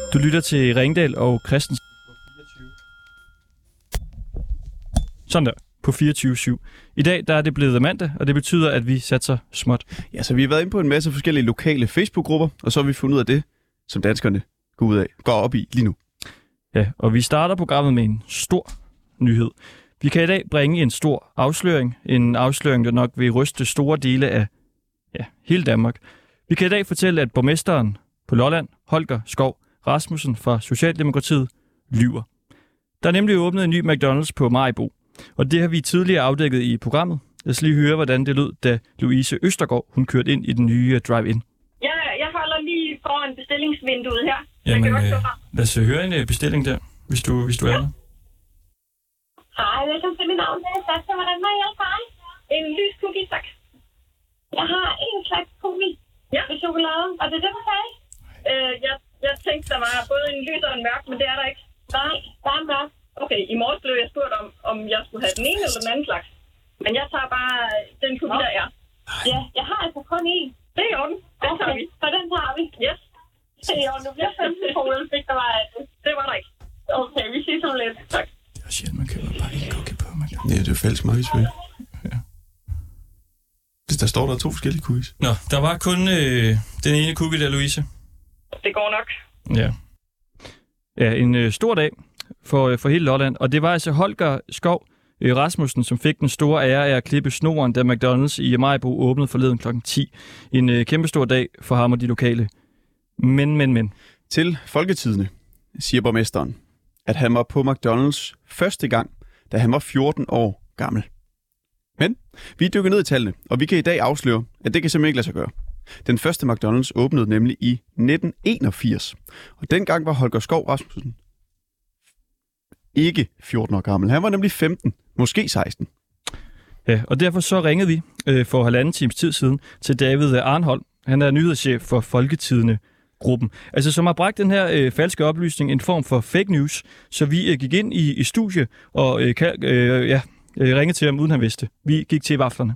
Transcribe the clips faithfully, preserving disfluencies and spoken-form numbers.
Du lytter til Ringdal og Christensen. Sådan der, på fireogtyve syv. I dag der er det blevet mandag, og det betyder, at vi satser småt. Ja, så vi har været inde på en masse forskellige lokale Facebook-grupper, og så har vi fundet ud af det, som danskerne går ud af, går op i lige nu. Ja, og vi starter programmet med en stor nyhed. Vi kan i dag bringe en stor afsløring. En afsløring, der nok vil ryste store dele af ja, hele Danmark. Vi kan i dag fortælle, at borgmesteren på Lolland, Holger Skov Rasmussen fra Socialdemokratiet, lyver. Der er nemlig åbnet en ny McDonald's på Maribo, og det har vi tidligere afdækket i programmet. Lad os lige høre, hvordan det lød, da Louise Østergaard hun kørte ind i den nye drive-in. Ja, jeg holder lige foran bestillingsvinduet her. Jamen, øh, lad os høre en bestilling der, hvis du, hvis du ja. er der. Hej, velkommen til mit navn. Det er Sasha. Hvordan må jeg hjælpe dig? En lys cookie, tak. Jeg har en slags cookie ja. med chokolade. Og det er det, du sagde? Øh, jeg, jeg tænkte, der var både en lys og en mørk, men det er der ikke. Nej, der er en mørk. Okay, i morges blev jeg spurgt om, om jeg skulle have den ene eller den anden slags. Men jeg tager bare den cookie, der er. Ja, jeg har altså kun en. Det er i orden. Den okay, tager vi. Så den tager vi. Yes. Det er i orden. Nu bliver femten på ude, fik der var det. Det var der ikke. Okay, vi ses om lidt. Tak. Det er sjældent, man køber bare en cookie på. Man kan... Ja, det er falsk markedsføring. Ja. Hvis der står, der er to forskellige cookies. Nå, der var kun øh, den ene cookie der, Louise. Det går nok. Ja. Ja, en øh, stor dag for, øh, for hele Lolland. Og det var altså Holger Skov øh, Rasmussen, som fik den store ære af at klippe snoren, da McDonald's i Maribo åbnede forleden klokken ti. En øh, kæmpestor dag for ham og de lokale. Men, men, men. Til Folketidene siger borgmesteren, at han var på McDonald's første gang, da han var fjorten år gammel. Men vi dykker ned i tallene, og vi kan i dag afsløre, at det kan simpelthen ikke lade sig gøre. Den første McDonald's åbnede nemlig i nitten enogfirs, og dengang var Holger Skov Rasmussen ikke fjorten år gammel. Han var nemlig femten, måske seksten. Ja, og derfor så ringede vi øh, for halvanden times tid siden til David Arnholm. Han er nyhedschef for Folketidene-gruppen. Altså, som har bragt den her øh, falske oplysning, en form for fake news. Så vi øh, gik ind i, i studie og øh, kan, øh, ja, øh, ringede til ham, uden han vidste. Vi gik til vaflerne.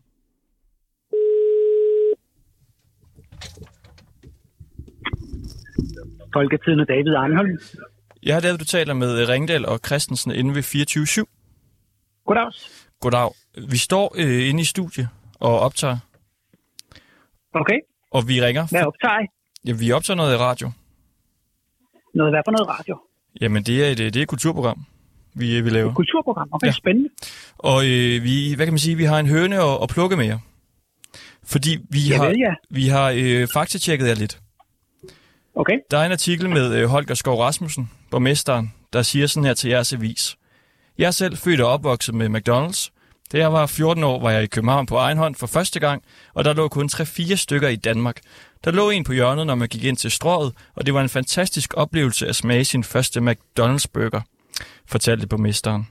Folketidene, David Arnholm. Ja, David, du taler med Ringdal og Christensen inde ved fireogtyve syv. Goddag. Goddag. Vi står øh, inde i studie og optager. Okay. Og vi ringer. Hvad optager I? Ja, vi optager noget i radio. Noget hvad for noget radio? Jamen, det er et, det er et kulturprogram, vi, vi laver. Et kulturprogram? Okay, ja. Spændende. Og øh, vi, hvad kan man sige, vi har en høne at, at plukke med jer. Fordi vi jeg har, ved, ja. vi har øh, faktatjekket jer lidt. Okay. Der er en artikel med øh, Holger Skov Rasmussen, borgmesteren, der siger sådan her til jeres avis. Jeg er selv født og opvokset med McDonald's. Da jeg var fjorten år, var jeg i København på egen hånd for første gang, og der lå kun tre fire stykker i Danmark. Der lå en på hjørnet, når man gik ind til Strøget, og det var en fantastisk oplevelse at smage sin første McDonald's-burger, fortalte borgmesteren.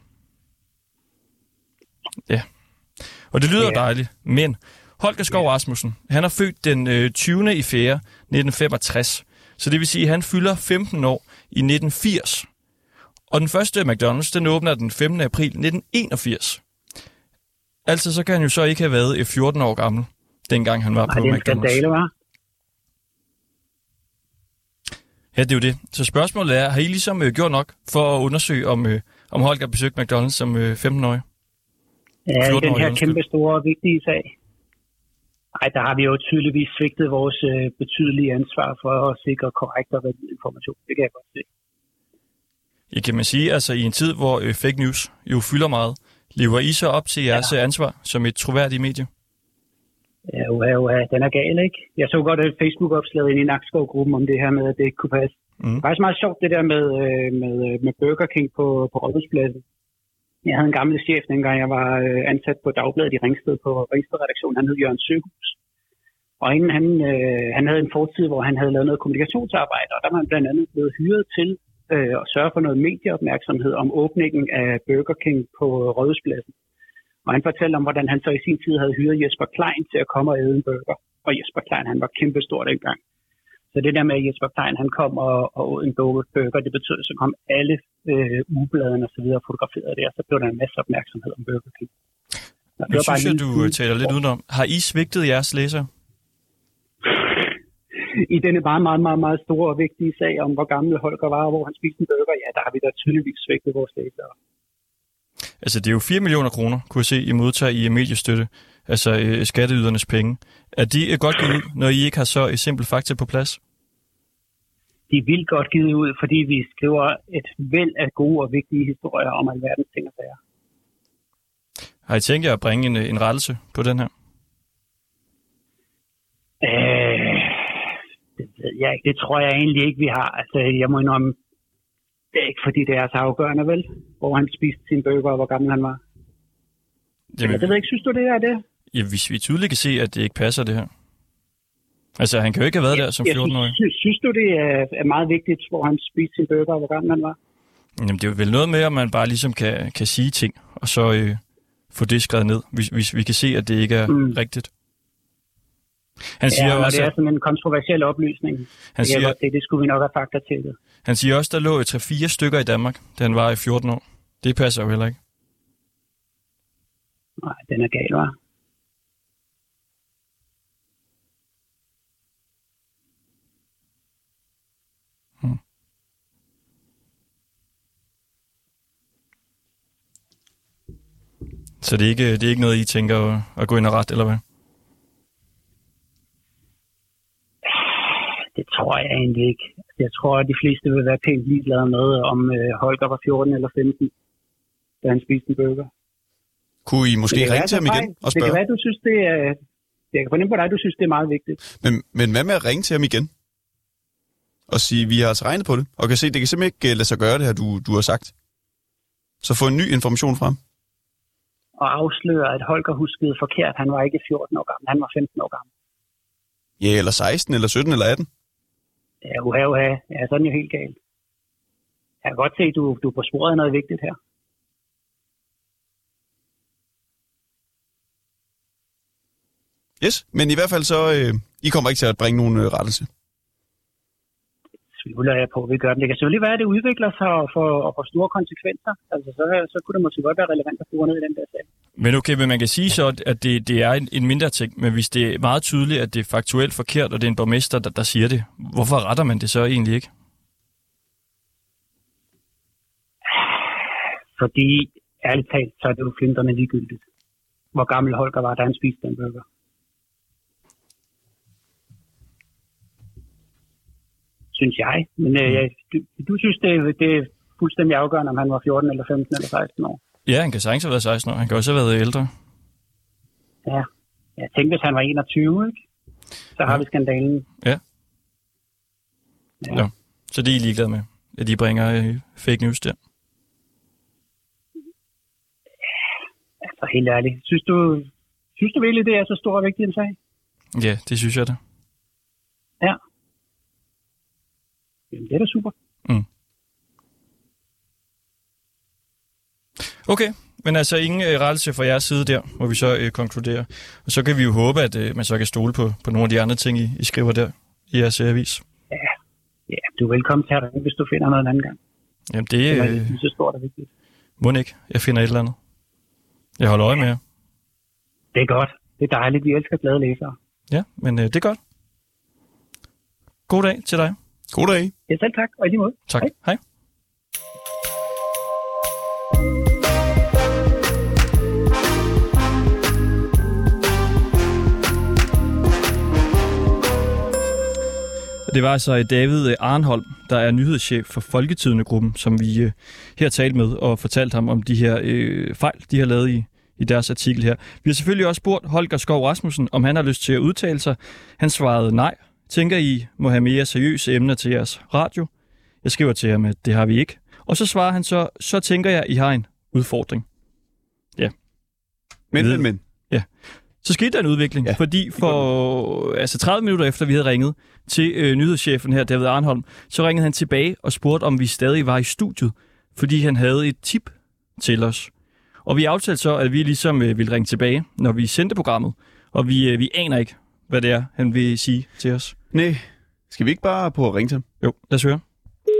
Ja, og det lyder yeah. dejligt, men Holger Skov Rasmussen, han er født den øh, tyvende i fjerde nitten femogtres, så det vil sige, at han fylder femten år i nitten firs. Og den første McDonald's, den åbner den femtende april nitten enogfirs. Altså, så kan han jo så ikke have været fjorten år gammel, dengang han var Nej, på det er McDonald's. Skandale, hva'? Ja, det er jo det. Så spørgsmålet er, har I ligesom øh, gjort nok for at undersøge, om, øh, om Holger besøgte McDonald's som øh, femten-årig? Ja, i den her kæmpe store og vigtige sag. Nej, der har vi jo tydeligvis svigtet vores øh, betydelige ansvar for at sikre korrekt og valid information. Det kan jeg godt se. Ja, kan man sige, altså i en tid, hvor øh, fake news jo fylder meget, lever I så op til jeres ja. ansvar som et troværdigt medie? Ja, uha, uha, den er gal, ikke? Jeg så godt et Facebook-opslag ind i Nakskov-gruppen om det her med, at det ikke kunne passe. Mm. Det er faktisk meget sjovt, det der med, med, med Burger King på, på Rådhuspladsen. Jeg havde en gammel chef, dengang jeg var ansat på Dagbladet i Ringsted på Ringsted-redaktionen. Han hed Jørgen Søhus. Og inden han, øh, han havde en fortid, hvor han havde lavet noget kommunikationsarbejde, og der var han blandt andet blevet hyret til øh, at sørge for noget medieopmærksomhed om åbningen af Burger King på Rådhuspladsen. Og han fortalte om, hvordan han så i sin tid havde hyret Jesper Klein til at komme og æde en burger. Og Jesper Klein, han var kæmpestor dengang. Så det der med, at Jesper Klein, han kom og, og åd en burger, det betød, så kom alle øh, ugebladene og så videre fotograferet det, og så blev der en masse opmærksomhed om Burger King. Nu synes jeg, du lige... taler lidt udenom. Har I svigtet jeres læsere? i denne meget, meget, meget, meget store og vigtige sag om, hvor gammel Holger var, og hvor han spiste en burger, ja, der har vi da tydeligvis svigtet vores læsere. Altså, det er jo fire millioner kroner, kunne jeg se, I modtager i mediestøtte, altså øh, skatteydernes penge. Er de øh, godt givet ud, når I ikke har så et simpelt fakta på plads? De er vildt godt givet ud, fordi vi skriver et væld af gode og vigtige historier om alverdens ting og sager. Har I tænkt jer at bringe en, en rettelse på den her? Øh, det ved jeg ikke. Det tror jeg egentlig ikke, vi har. Altså, jeg må indrømme, det er ikke fordi, det er så afgørende, vel? Hvor han spiste sin burger, og hvor gammel han var. Jamen, jeg ved ikke, synes du, det er det? Ja, hvis vi tydeligt kan se, at det ikke passer, det her. Altså, han kan jo ikke have været der som fjorten-årig. Synes, synes du, det er meget vigtigt, hvor han spiste sin burger, og hvor gammel han var? Jamen, det er jo vel noget med, at man bare ligesom kan, kan sige ting, og så øh, få det skrevet ned, hvis, hvis vi kan se, at det ikke er mm. rigtigt. Han siger ja, også, det er sådan en kontroversiel oplysning. Han siger, det, det, det skulle vi nok have fakta til det. Han siger også, der lå tre fire stykker i Danmark, da han var i fjorten år. Det passer jo heller ikke. Nej, den er gal, hva'? Hmm. Så det er, ikke, det er ikke noget, I tænker at, at gå ind og ret, eller hvad? Det tror jeg egentlig ikke. Jeg tror, at de fleste vil være pænt ligeglade med, om øh, Holger var fjorten eller femten, da han spiste en burger. Kunne I måske ringe til ham igen og spørge? Det kan være, du synes, det er... Jeg kan fornemme på dig, du synes, det er meget vigtigt. Men, men hvad med at ringe til ham igen? Og sige, vi har altså regnet på det, og kan se, det kan simpelthen ikke lade sig gøre det her, du, du har sagt. Så få en ny information frem. Og afsløre, at Holger huskede forkert. Han var ikke fjorten år gammel, han var femten år gammel. Ja, eller seksten, eller sytten, eller atten. Ja, uha, uha. Ja, sådan er jo helt galt. Jeg kan godt se, at du, du er på sporet af noget vigtigt her. Yes, men i hvert fald så, øh, I kommer ikke til at bringe nogen øh, rettelse. Det tvivler jeg på, at vi gør det. Det kan selvfølgelig være, at det udvikler sig og får, og får store konsekvenser. Altså, så, så kunne det måske godt være relevant at bruge ned i den der sag. Men okay, men man kan sige så, at det, det er en, en mindre ting, men hvis det er meget tydeligt, at det er faktuelt forkert, og det er en borgmester, der, der siger det, hvorfor retter man det så egentlig ikke? Fordi, ærligt talt, så er det jo flinterne ligegyldigt. Hvor gammel Holger var, da han spiste den burger. Synes jeg. Men øh, jeg, du, du synes, det, det er fuldstændig afgørende, om han var fjorten eller femten eller seksten år. Ja, han kan sagtens have været seksten år. Han kan også have været ældre. Ja. Jeg tænkte, hvis han var enogtyve, ikke? Så har ja. vi skandalen. Ja. Ja. Nå. Så det er I ligeglade med, at de bringer øh, fake news der? Altså, helt ærligt. Synes du, synes du virkelig, det er så stor og vigtig en sag? Ja, det synes jeg da. Ja. Jamen, det er da super. Mm. Okay, men altså ingen øh, rettelse fra jeres side der, hvor vi så øh, konkluderer. Og så kan vi jo håbe, at øh, man så kan stole på, på nogle af de andre ting, I, I skriver der i jeres avis. Ja. Ja, du er velkommen til at ringe, hvis du finder noget en anden gang. Jamen det er... Øh, så stort og vigtigt. Må ikke. Jeg finder et eller andet. Jeg holder øje med jer. Det er godt. Det er dejligt. Vi elsker glade læsere. Ja, men øh, det er godt. God dag til dig. God dag. Ja, selv tak. Og i lige måde. Tak. Hej. Hej. Det var altså David Arnholm, der er nyhedschef for Folketidende-gruppen, som vi øh, her talte med og fortalte ham om de her øh, fejl, de har lavet i, i deres artikel her. Vi har selvfølgelig også spurgt Holger Skov Rasmussen, om han har lyst til at udtale sig. Han svarede nej. Tænker I må have mere seriøse emner til jeres radio? Jeg skriver til ham, at det har vi ikke. Og så svarer han så, så tænker jeg, I har en udfordring. Ja. Men, men, men. Ja. Så skete der en udvikling, ja, fordi for altså tredive minutter efter, vi havde ringet til øh, nyhedschefen her, David Arnholm, så ringede han tilbage og spurgte, om vi stadig var i studiet, fordi han havde et tip til os. Og vi aftalte så, at vi ligesom øh, ville ringe tilbage, når vi sendte programmet, og vi, øh, vi aner ikke, hvad det er, han vil sige til os. Nej, skal vi ikke bare på at ringe til ham? Jo, lad os høre.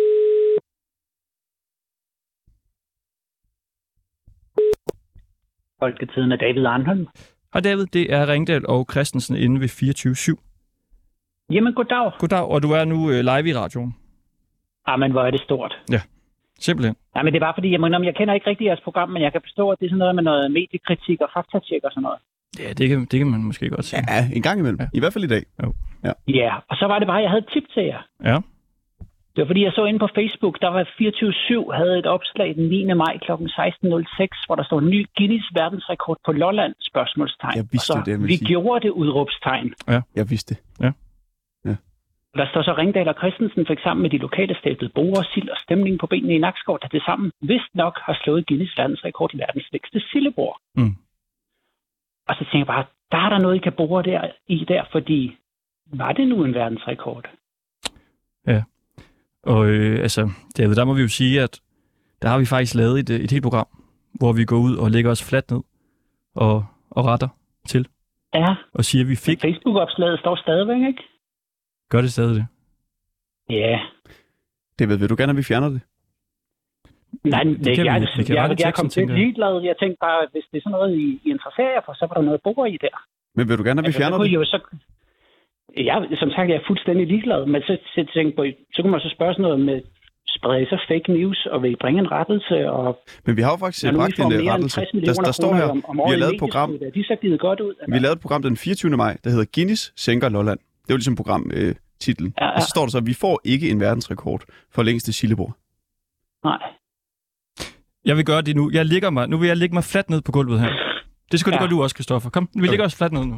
Folketiden er David Arnholm. Hej David, det er Ringdal og Christensen inde ved fireogtyve syv. Jamen, goddag. Goddag, og du er nu øh, live i radioen. Jamen, hvor er det stort. Ja, simpelthen. Nej, men det er bare fordi, jeg, må, jeg kender ikke rigtig jeres program, men jeg kan forstå, at det er sådan noget med noget mediekritik og faktatjek og sådan noget. Ja, det kan, det kan man måske godt sige. Ja, en gang imellem. Ja. I hvert fald i dag. Jo. Ja. ja, og så var det bare, jeg havde et tip til jer. Ja. Det var fordi, jeg så inde på Facebook, der var fireogtyve syv havde et opslag den niende maj klokken seksten nul seks, hvor der stod ny Guinness verdensrekord på Lolland, spørgsmålstegn. Jeg vidste så, det, vi sige. gjorde det, udråbstegn. Ja, jeg vidste det. Ja. ja. Der står så Ringdal og Christensen fik sammen med de lokale stablede borer, sild og stemning på benene i Nakskov, der til sammen vist nok har slået Guinness verdensrekord i verdens længste sildebord. Mm. Og så tænker jeg bare, der er der noget, I kan bore der i der, fordi var det nu en verdensrekord? Ja. Og øh, altså, David, der må vi jo sige, at der har vi faktisk lavet et, et helt program, hvor vi går ud og lægger os fladt ned og, og retter til. Ja. Og siger, at vi fik... Facebook-opslaget står stadigvæk, ikke? Gør det stadig det? Ja. Det ved, vil du gerne, at vi fjerner det? Nej, det, det kan jeg, vi, vi kan jeg, rette jeg, jeg kom teksten, til ligeglad. Jeg tænkte bare, hvis det er sådan noget, I, I interesserer jer for, så var der noget at bore i der. Men vil du gerne, at vi altså, fjerner det? Jo, så, jeg, som sagt, jeg er fuldstændig ligeglad, men så, så tænkte på, så kunne man så spørge sådan noget med, spreder I så fake news, og vil I bringe en rettelse? Og, men vi har jo faktisk bragt en rettelse. Der, der står her, om, om vi har lavet et program. Er de så givet godt ud? Eller? Vi lavede et program den fireogtyvende maj, der hedder Guinness sænker Lolland. Det var ligesom program øh, titlen. Ja, ja. Og så står der så, at vi får ikke en verdensrekord for længste sildebord. Nej. Jeg vil gøre det nu. Jeg ligger mig, nu vil jeg lægge mig fladt ned på gulvet her. Det skal ja. du gøre, du også, Christoffer. Kom, vi okay. ligger os fladt ned nu.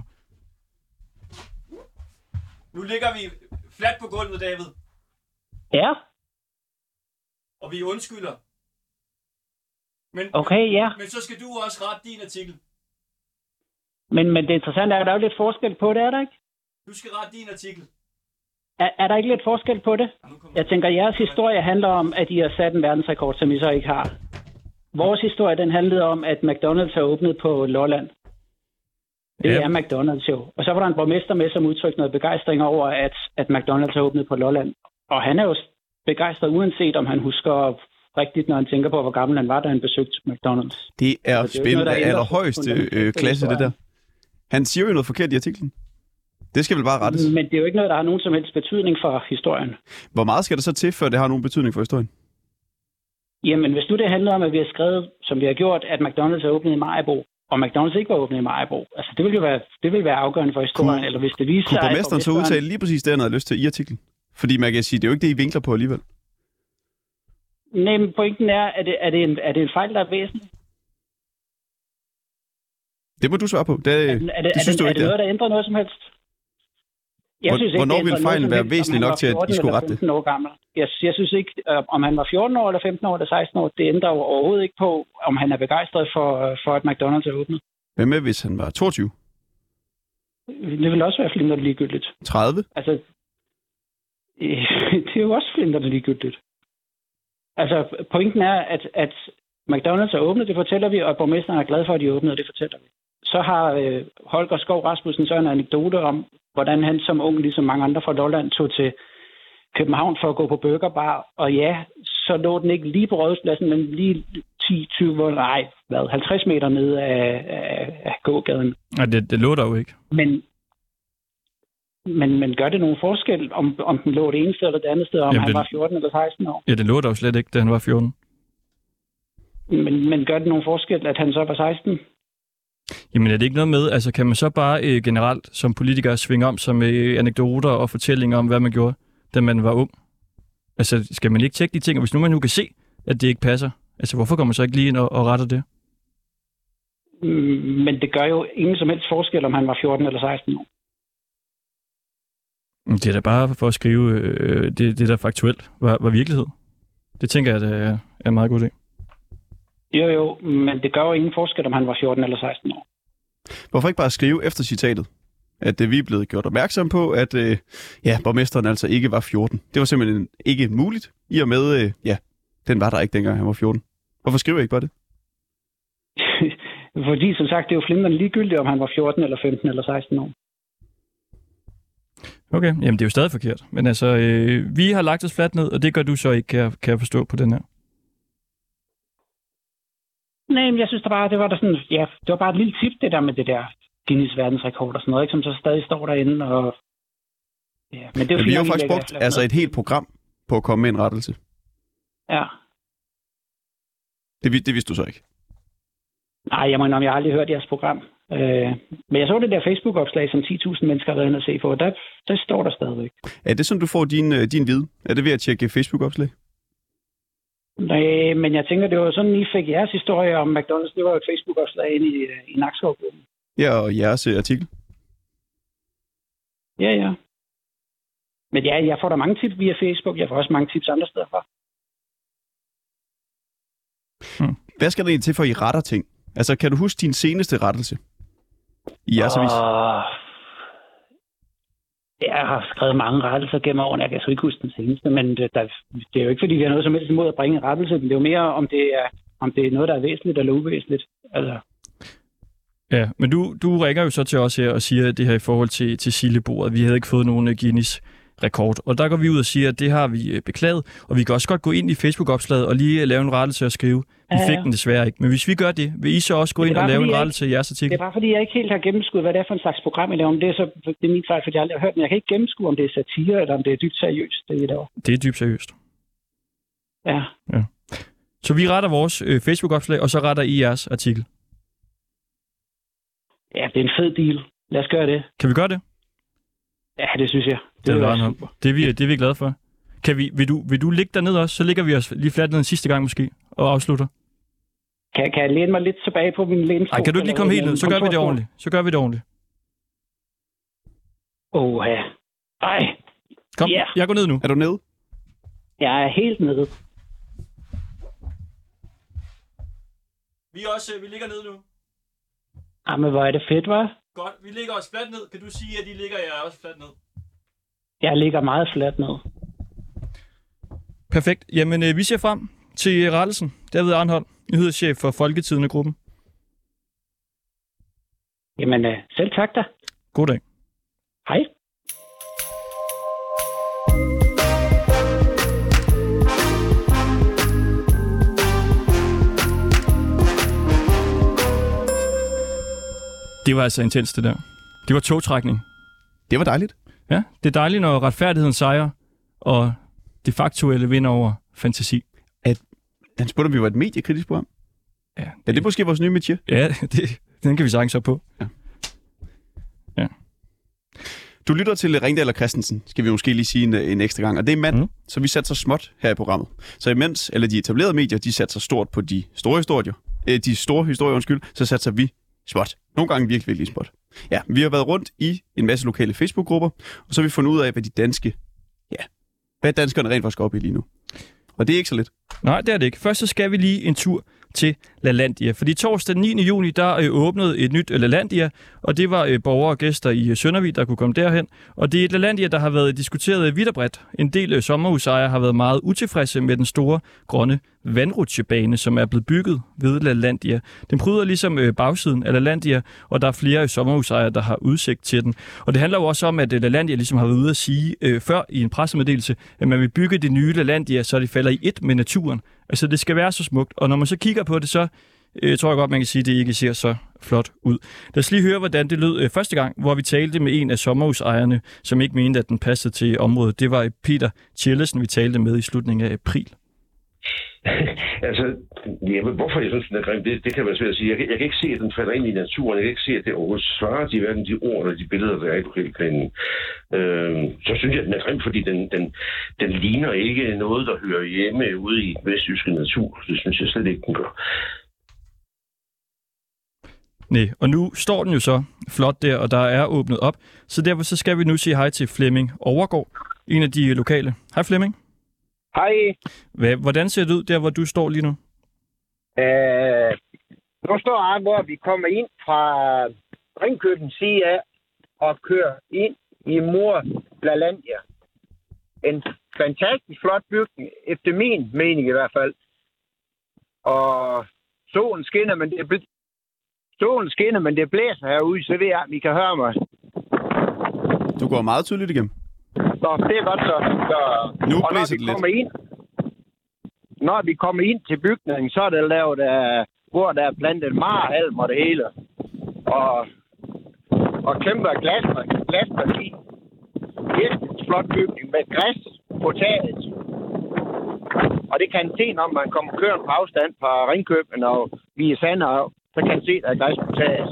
Nu ligger vi fladt på gulvet, David. Ja. Og vi undskylder. Men, okay, ja. Men så skal du også rette din artikel. Men, men det interessante er, at der er jo lidt forskel på det, er der ikke? Du skal rette din artikel. Er, er der ikke lidt forskel på det? Jeg tænker, at jeres historie handler om, at I har sat en verdensrekord, som I så ikke har. Vores historie, den handlede om, at McDonald's har åbnet på Lolland. Det ja. er McDonald's jo. Og så var der en borgmester med, som udtrykte noget begejstring over, at, at McDonald's har åbnet på Lolland. Og han er jo begejstret, uanset om han husker rigtigt, når han tænker på, hvor gammel han var, da han besøgte McDonald's. Det er spændende af allerhøjeste øh, klasse, det der. Han siger jo noget forkert i artiklen. Det skal vel bare rettes. Men det er jo ikke noget, der har nogen som helst betydning for historien. Hvor meget skal der så til, før det har nogen betydning for historien? Jamen, hvis nu det handler om, at vi har skrevet, som vi har gjort, at McDonald's er åbnet i Maribo, og McDonald's ikke var åbnet i Maribo, altså det ville jo være, det ville være afgørende for historien. Kunne, eller hvis det viser kunne sig, borgmesteren så udtale lige præcis det, han havde lyst til i artiklen? Fordi man kan sige, det er jo ikke det, I vinkler på alligevel. Nej, men pointen er, at det, er, det en, er det en fejl, der er væsentlig? Det må du svare på. Det, er, er, det, er det, det synes er, du ikke, er det noget, der ændrer noget som helst? Jeg synes ikke, hvornår vil fejlen være væsentlig nok til, at I skulle rette det? År gammel. Jeg, jeg synes ikke, om han var fjorten år, eller femten år, eller seksten år, det ændrer overhovedet ikke på, om han er begejstret for, for at McDonald's er åbnet. Hvad med, hvis han var toogtyve? Det vil også være flintrende ligegyldigt. tredive? Altså, det er jo også flintrende ligegyldigt. Altså, pointen er, at, at McDonald's er åbnet, det fortæller vi, og borgmesteren er glad for, at de er åbnet, og det fortæller vi. Så har øh, Holger Skov Rasmussen så en anekdote om, hvordan han som ung, ligesom mange andre fra Lolland, tog til København for at gå på burgerbar. Og ja, så lå den ikke lige på Rådhuspladsen, men lige ti tyve, nej, hvad, halvtreds meter nede af, af, af gågaden. Nej, det, det lå der jo ikke. Men, men, men gør det nogen forskel, om, om den lå det ene sted eller det andet sted, om Jamen, han var fjorten eller seksten år? Ja, det lå der jo slet ikke, da han var fjorten. Men, men gør det nogen forskel, at han så var seksten? Jamen er det ikke noget med, altså kan man så bare øh, generelt som politiker svinge om som øh, anekdoter og fortællinger om, hvad man gjorde, da man var ung? Altså skal man ikke tjekke de ting, og hvis nu man nu kan se, at det ikke passer, altså hvorfor kommer man så ikke lige ind og, og retter det? Men det gør jo ingen som helst forskel, om han var fjorten eller seksten år. Det er da bare for at skrive øh, det, det, der faktuelt var, var virkelighed. Det tænker jeg, det er, er en meget god idé. Jo, jo, men det gør jo ingen forskel, om han var fjorten eller seksten år. Hvorfor ikke bare skrive efter citatet, at øh, vi er blevet gjort opmærksom på, at øh, ja, borgmesteren altså ikke var fjorten. Det var simpelthen ikke muligt, i og med, øh, ja, den var der ikke dengang, han var fjorten. Hvorfor skriver jeg ikke bare det? Fordi, som sagt, det er jo flimrende ligegyldigt, om han var fjorten eller femten eller seksten år. Okay, jamen det er jo stadig forkert. Men altså, øh, vi har lagt os fladt ned, og det gør du så ikke, kan jeg, kan jeg forstå på den her. Nej, men jeg synes da bare, det var der sådan, ja, det var bare et lille tip, det der med det der Guinness verdensrekord og sådan noget, ikke, som så stadig står derinde, og Ja, men det er jo men vi har jo fint, faktisk vi brugt altså et helt program på at komme med en rettelse. Ja. Det, det vidste du så ikke? Nej, jeg må indrømme, jeg har aldrig hørt jeres program. Øh, men jeg så det der Facebook-opslag, som ti tusind mennesker har været inde og se på. Der, der står der stadigvæk. Er det sådan, du får din, din viden? Er det ved at tjekke Facebook-opslag? Nej, men jeg tænker, det var sådan, I fik jeres historie om McDonald's. Det var jo et Facebook-opslag inde i, i Nakskov-gruppen. Ja, og jeres artikel. Ja, ja. Men ja, jeg får da mange tips via Facebook. Jeg får også mange tips andre steder fra. Hmm. Hvad skal der egentlig til, for I retter ting? Altså, kan du huske din seneste rettelse i jeres avis? Uh, jeg har skrevet mange rettelser gennem årene. Jeg kan så ikke huske den seneste, men det, der, det er jo ikke, fordi vi har noget som helst imod at bringe en rettelse. Det er jo mere, om det er, om det er noget, der er væsentligt eller uvæsentligt. Altså. Ja, men du, du ringer jo så til os her og siger det her i forhold til, til Sillebordet. Vi havde ikke fået nogen Guinness rekord. Og der går vi ud og siger, at det har vi beklaget, og vi kan også godt gå ind i Facebook-opslaget og lige lave en rettelse og skrive. Vi fik den desværre ikke. Men hvis vi gør det, vil I så også gå ind og lave en rettelse i jeres artikel? Det er bare fordi, jeg ikke helt har gennemskuet, hvad det er for en slags program, I laver. Det er, så, det er min fejl, fordi jeg aldrig har hørt, men jeg kan ikke gennemskue, om det er satire, eller om det er dybt seriøst, det I laver. Det er dybt seriøst. Ja. ja. Så vi retter vores øh, Facebook-opslag, og så retter I jeres artikel. Ja, det er en fed deal. Lad os gøre det. Kan vi gøre det? Ja, det synes jeg. Det, det, er, super. det, er, vi, det er vi glade for. Kan vi, vil, du, vil du ligge dernede også? Så ligger vi os lige fladt ned en sidste gang måske, og afslutter. Kan, kan jeg læne mig lidt tilbage på min lænestol? Nej, kan du ikke lige komme helt ned? Så gør vi det ordentligt. Så gør vi det ordentligt. Åh, ja. Ej. Kom, yeah. Jeg går ned nu. Er du nede? Jeg er helt nede. Vi er også, vi ligger ned nu. Jamen, hvor er det fedt, hva'? Godt, vi ligger også fladt ned. Kan du sige, at de ligger jeg også fladt ned? Jeg ligger meget fladt ned. Perfekt. Jamen, øh, vi ser frem til rettelsen. David Arnhold, nyhedschef for Folketidende-gruppen. Jamen, øh, selv tak da. God dag. Hej. Det var altså intenst, det der. Det var togtrækning. Det var dejligt. Ja, det er dejligt, når retfærdigheden sejrer, og det faktuelle vinder over fantasi. At, han spurgte, om vi var et mediekritisk program. Ja, det, er det måske vores nye métier? Ja, det, den kan vi sagtens op på. Ja. ja. Du lytter til Ringdal og Christensen, skal vi måske lige sige en, en ekstra gang. Og det er mand, mm. så vi satser småt her i programmet. Så imens, eller de etablerede medier, de satser stort på de store historier, øh, de store historier, undskyld, så satser vi småt. Nogle gange virkelig, virkelig småt. Ja, vi har været rundt i en masse lokale Facebook-grupper, og så har vi fundet ud af, hvad de danske, ja, hvad danskerne rent faktisk går op i lige nu. Og det er ikke så lidt. Nej, det er det ikke. Først så skal vi lige en tur til LaLandia. Fordi torsdag den niende juni, der øh, åbnede et nyt LaLandia, og det var øh, borgere og gæster i øh, Søndervig, der kunne komme derhen. Og det er et LaLandia, der har været diskuteret vidt og bredt. En del øh, sommerhusejere har været meget utilfredse med den store grønne vandrutsjebane, som er blevet bygget ved LaLandia. Den pryder ligesom øh, bagsiden af LaLandia, og der er flere øh, sommerhusejere, der har udsigt til den. Og det handler jo også om, at øh, LaLandia ligesom har været ude at sige øh, før i en pressemeddelelse, at man vil bygge det nye LaLandia, så det falder i ét med naturen. Altså, det skal være så smukt. Og når man så kigger på det, så øh, tror jeg godt, man kan sige, at det ikke ser så flot ud. Lad os lige høre, hvordan det lød øh, første gang, hvor vi talte med en af sommerhusejerne, som ikke mente, at den passede til området. Det var Peter Tjellesen, vi talte med i slutningen af april. altså, jamen, hvorfor jeg synes, den er grim, det, det kan være svært at sige. Jeg, jeg kan ikke se, at den falder ind i naturen. Jeg kan ikke se, at det overhovedet svarer til hverken de ord eller de billeder, der er i lokalplanen. Øh, så synes jeg, at den er grim, fordi den, den, den ligner ikke noget, der hører hjemme ude i vestjyske natur. Det synes jeg slet ikke, den gør. Nej, og nu står den jo så flot der, og der er åbnet op. Så derfor så skal vi nu sige hej til Flemming Overgaard, en af de lokale. Hej Flemming. Hej. Hvad, hvordan ser det ud der, hvor du står lige nu? Øh, nu står jeg, hvor vi kommer ind fra Ringkøbens side af og kører ind i Mor LaLandia. En fantastisk flot bygning, efter min mening i hvert fald. Og solen skinner, men det er bl- solen skinner, men det blæser herude, så ved jeg, at I kan høre mig. Du går meget tydeligt igennem. Så det er godt så. så nu og blæser det lidt. Ind, når vi kommer ind til bygningen, så er det lavet af, hvor der er plantet marhalm og det hele. Og, og kæmpe glas, glasparti. flot bygning med græs på taget. Og det kan man se, når man kommer kørende på afstand fra Ringkøbing og Hvide Sande, så kan man se, at der er græs på taget.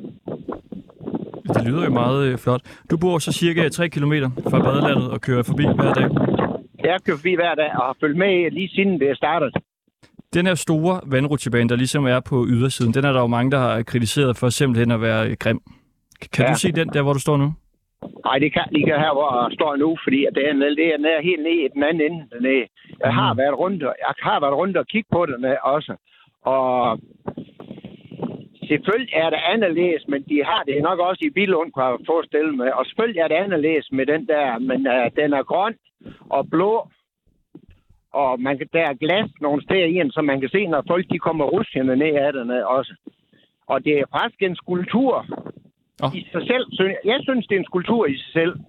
Det lyder jo meget øh, flot. Du bor så cirka tre kilometer fra badelandet og kører forbi hver dag. Jeg kører forbi hver dag og har fulgt med lige siden det startede. Den her store vandrutsjebane, der ligesom er på ydersiden, den er der jo mange, der har kritiseret for simpelthen at være grim. Kan ja. du se den der, hvor du står nu? Nej, det kan ikke her, hvor jeg står nu, fordi det er, det er helt nede i den anden ende. Dernede. Jeg har været rundt, jeg har været rundt og kigge på den også. Og selvfølgelig er det anderledes, men de har det nok også i Billund, kan jeg forestille mig. Og selvfølgelig er det anderledes med den der, men uh, den er grøn og blå. Og man kan, der er glas nogle steder i den, så man kan se, når folk de kommer russerne ned af den også. Og det er faktisk en skulptur oh. i sig selv. Jeg synes, det er en skulptur i sig selv.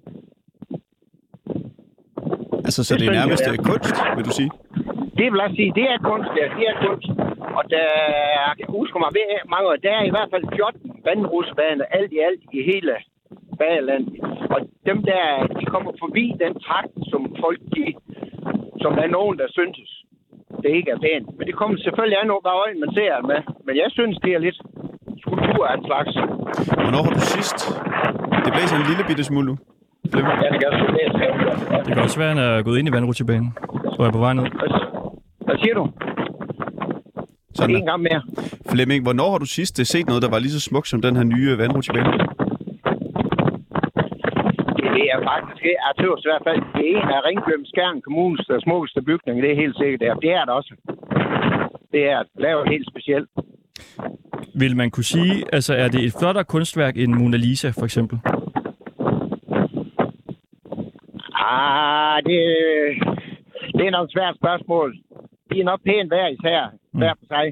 Altså, så det, det er nærmest jeg, ja. kunst, vil du sige? Det vil jeg sige, det er kunst, ja. Det er kunst. Og der, jeg husker mig ved mange år, der er i hvert fald fjorten vandrutsjebaner, alt i alt i hele badelandet. Og dem der, de kommer forbi den trakt, som folk, de, som der er nogen, der synes, det ikke er pænt. Men det kommer selvfølgelig an over, hvad øjne man ser med. Men jeg synes, det er lidt skulptur af en slags. Hvornår har du sidst? Det blæser en lille bitte smule nu. Flemming. Ja, det kan også blæse. Ja. Det kan også være, at han er gået ind i vandrutsjebanen og er på vej ned. Hvad siger du? Sådan en gang mere. Flemming, hvornår har du sidst set noget, der var lige så smukt som den her nye vandrutsjebane? Det er faktisk, jeg tror i hvert fald, det er en af Ringkøbing Skjern Kommunes smukkeste bygninger. Det er helt sikkert der. Det er det også. Det er lavet helt specielt. Vil man kunne sige, altså er det et flottere kunstværk end Mona Lisa, for eksempel? Ah, det, det er nok et svært spørgsmål. De er nok pænt hver især. Hver for sig.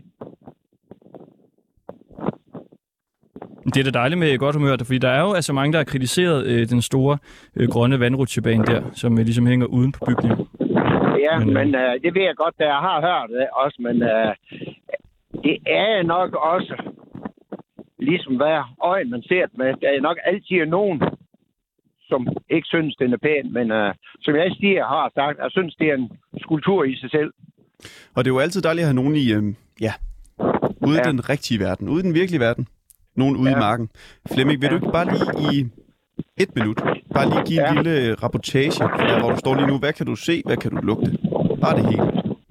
Det er da dejligt med godt humør, fordi der er jo altså mange, der har kritiseret øh, den store øh, grønne vandrutsjebane der, som øh, ligesom hænger uden på bygningen. Ja, men, men øh, det ved jeg godt, at jeg har hørt det også, men øh, det er nok også, ligesom hvad øjen man ser det med, der er nok altid nogen, som ikke synes, den er pæn, men øh, som jeg siger, har sagt, jeg synes, det er en skulptur i sig selv. Og det er jo altid dejligt at have nogen i, øh, ja, ude ja. i den rigtige verden, ude i den virkelige verden. Nogen ude ja. i marken. Flemming, vil du ikke bare lige i et minut, bare lige give ja. en lille rapportage, der, hvor du står lige nu. Hvad kan du se? Hvad kan du lugte? Bare det hele.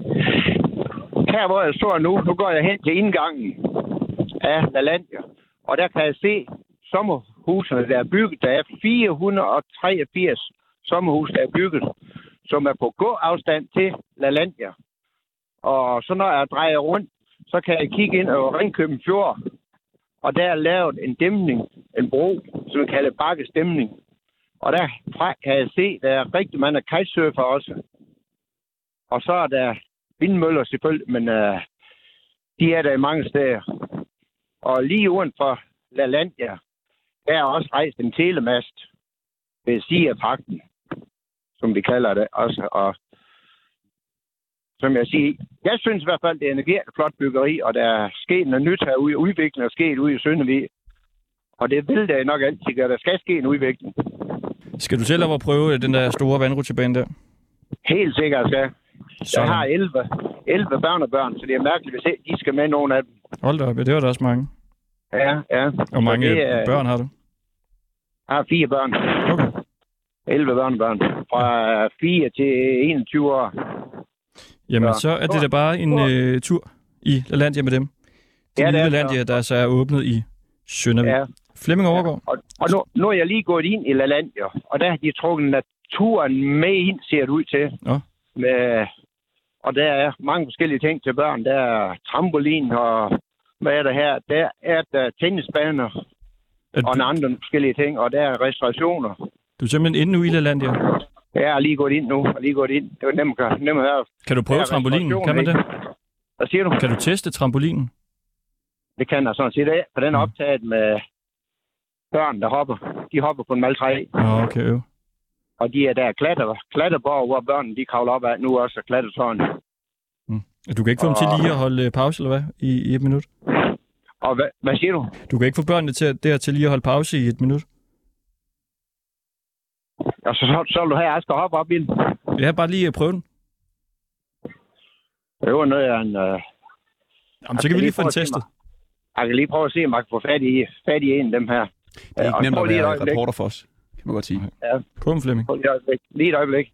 Her, hvor jeg står nu, nu går jeg hen til indgangen af LaLandia, og der kan jeg se sommerhusene, der er bygget. Der er fire hundrede og treogfirs sommerhus, der er bygget, som er på gåafstand til LaLandia. Og så når jeg drejer rundt, så kan jeg kigge ind over Ringkøbing Fjord. Og der er lavet en dæmning, en bro, som vi kalder bakkesdæmning. Og derfra kan jeg se, at der er rigtig mange kitesurfer også. Og så er der vindmøller selvfølgelig, men uh, de er der i mange steder. Og lige uden for LaLandia, der er også rejst en telemast ved Sia-trakten, som vi kalder det også. Og som jeg siger, jeg synes i hvert fald, det er en flot byggeri, og der er sket noget nyt herude. Udvikling er sket ude i Søndervig. Og det vil der nok altid gøre. Der skal ske en udvikling. Skal du selv have at prøve den der store vandrutsjebane der? Helt sikkert, jeg skal. Jeg har elleve, elleve børn og børn, så det er mærkeligt, hvis de skal med nogen af dem. Hold da op, det var da også mange. Ja, ja. Hvor mange det, børn har du? Jeg har fire børn. Okay. elleve børn og børn. Fra fire til enogtyve år. Jamen, så er det da bare en øh, tur i LaLandia med dem. Det ja, nye LaLandia, der så er åbnet i Søndervig. Ja. Flemming Overgaard. Ja. Og, og nu, nu er jeg lige gået ind i LaLandia, og der har de trukket naturen med ind, ser det ud til. Ja. Med, og der er mange forskellige ting til børn. Der er trampolin, og hvad er der her? Der er der tennisbaner, du... og en andre forskellige ting, og der er restaurationer. Du er simpelthen inde nu i LaLandia? Jeg er lige gået ind nu, og lige gået ind. Det var nemt at høre. Kan du prøve trampolinen? Kan man det? Hvad siger du? Kan du teste trampolinen? Det kan jeg sådan set af, for den er optaget med børn, der hopper. De hopper på en maltræ. Oh, okay, jo. Og de er der klatter, klatterborg, hvor børnene de kravler op af nu også, og klattertårn. Mm. Du kan ikke få og... dem til lige at holde pause, eller hvad, i, i et minut? Og hvad, hvad siger du? Du kan ikke få børnene til, der til lige at holde pause i et minut? Og så, så, så vil du have, at jeg skal hoppe op i den. Jeg har bare lige prøvet den. Det var noget af en... Øh, Jamen, så kan vi lige få den testet. Jeg kan lige prøve at se, om jeg kan få fat i, fat i en af dem her. Det er ikke nemt at være reporter for os, kan man godt sige. Ja. Kom, Flemming. Lige et øjeblik. Lige et øjeblik.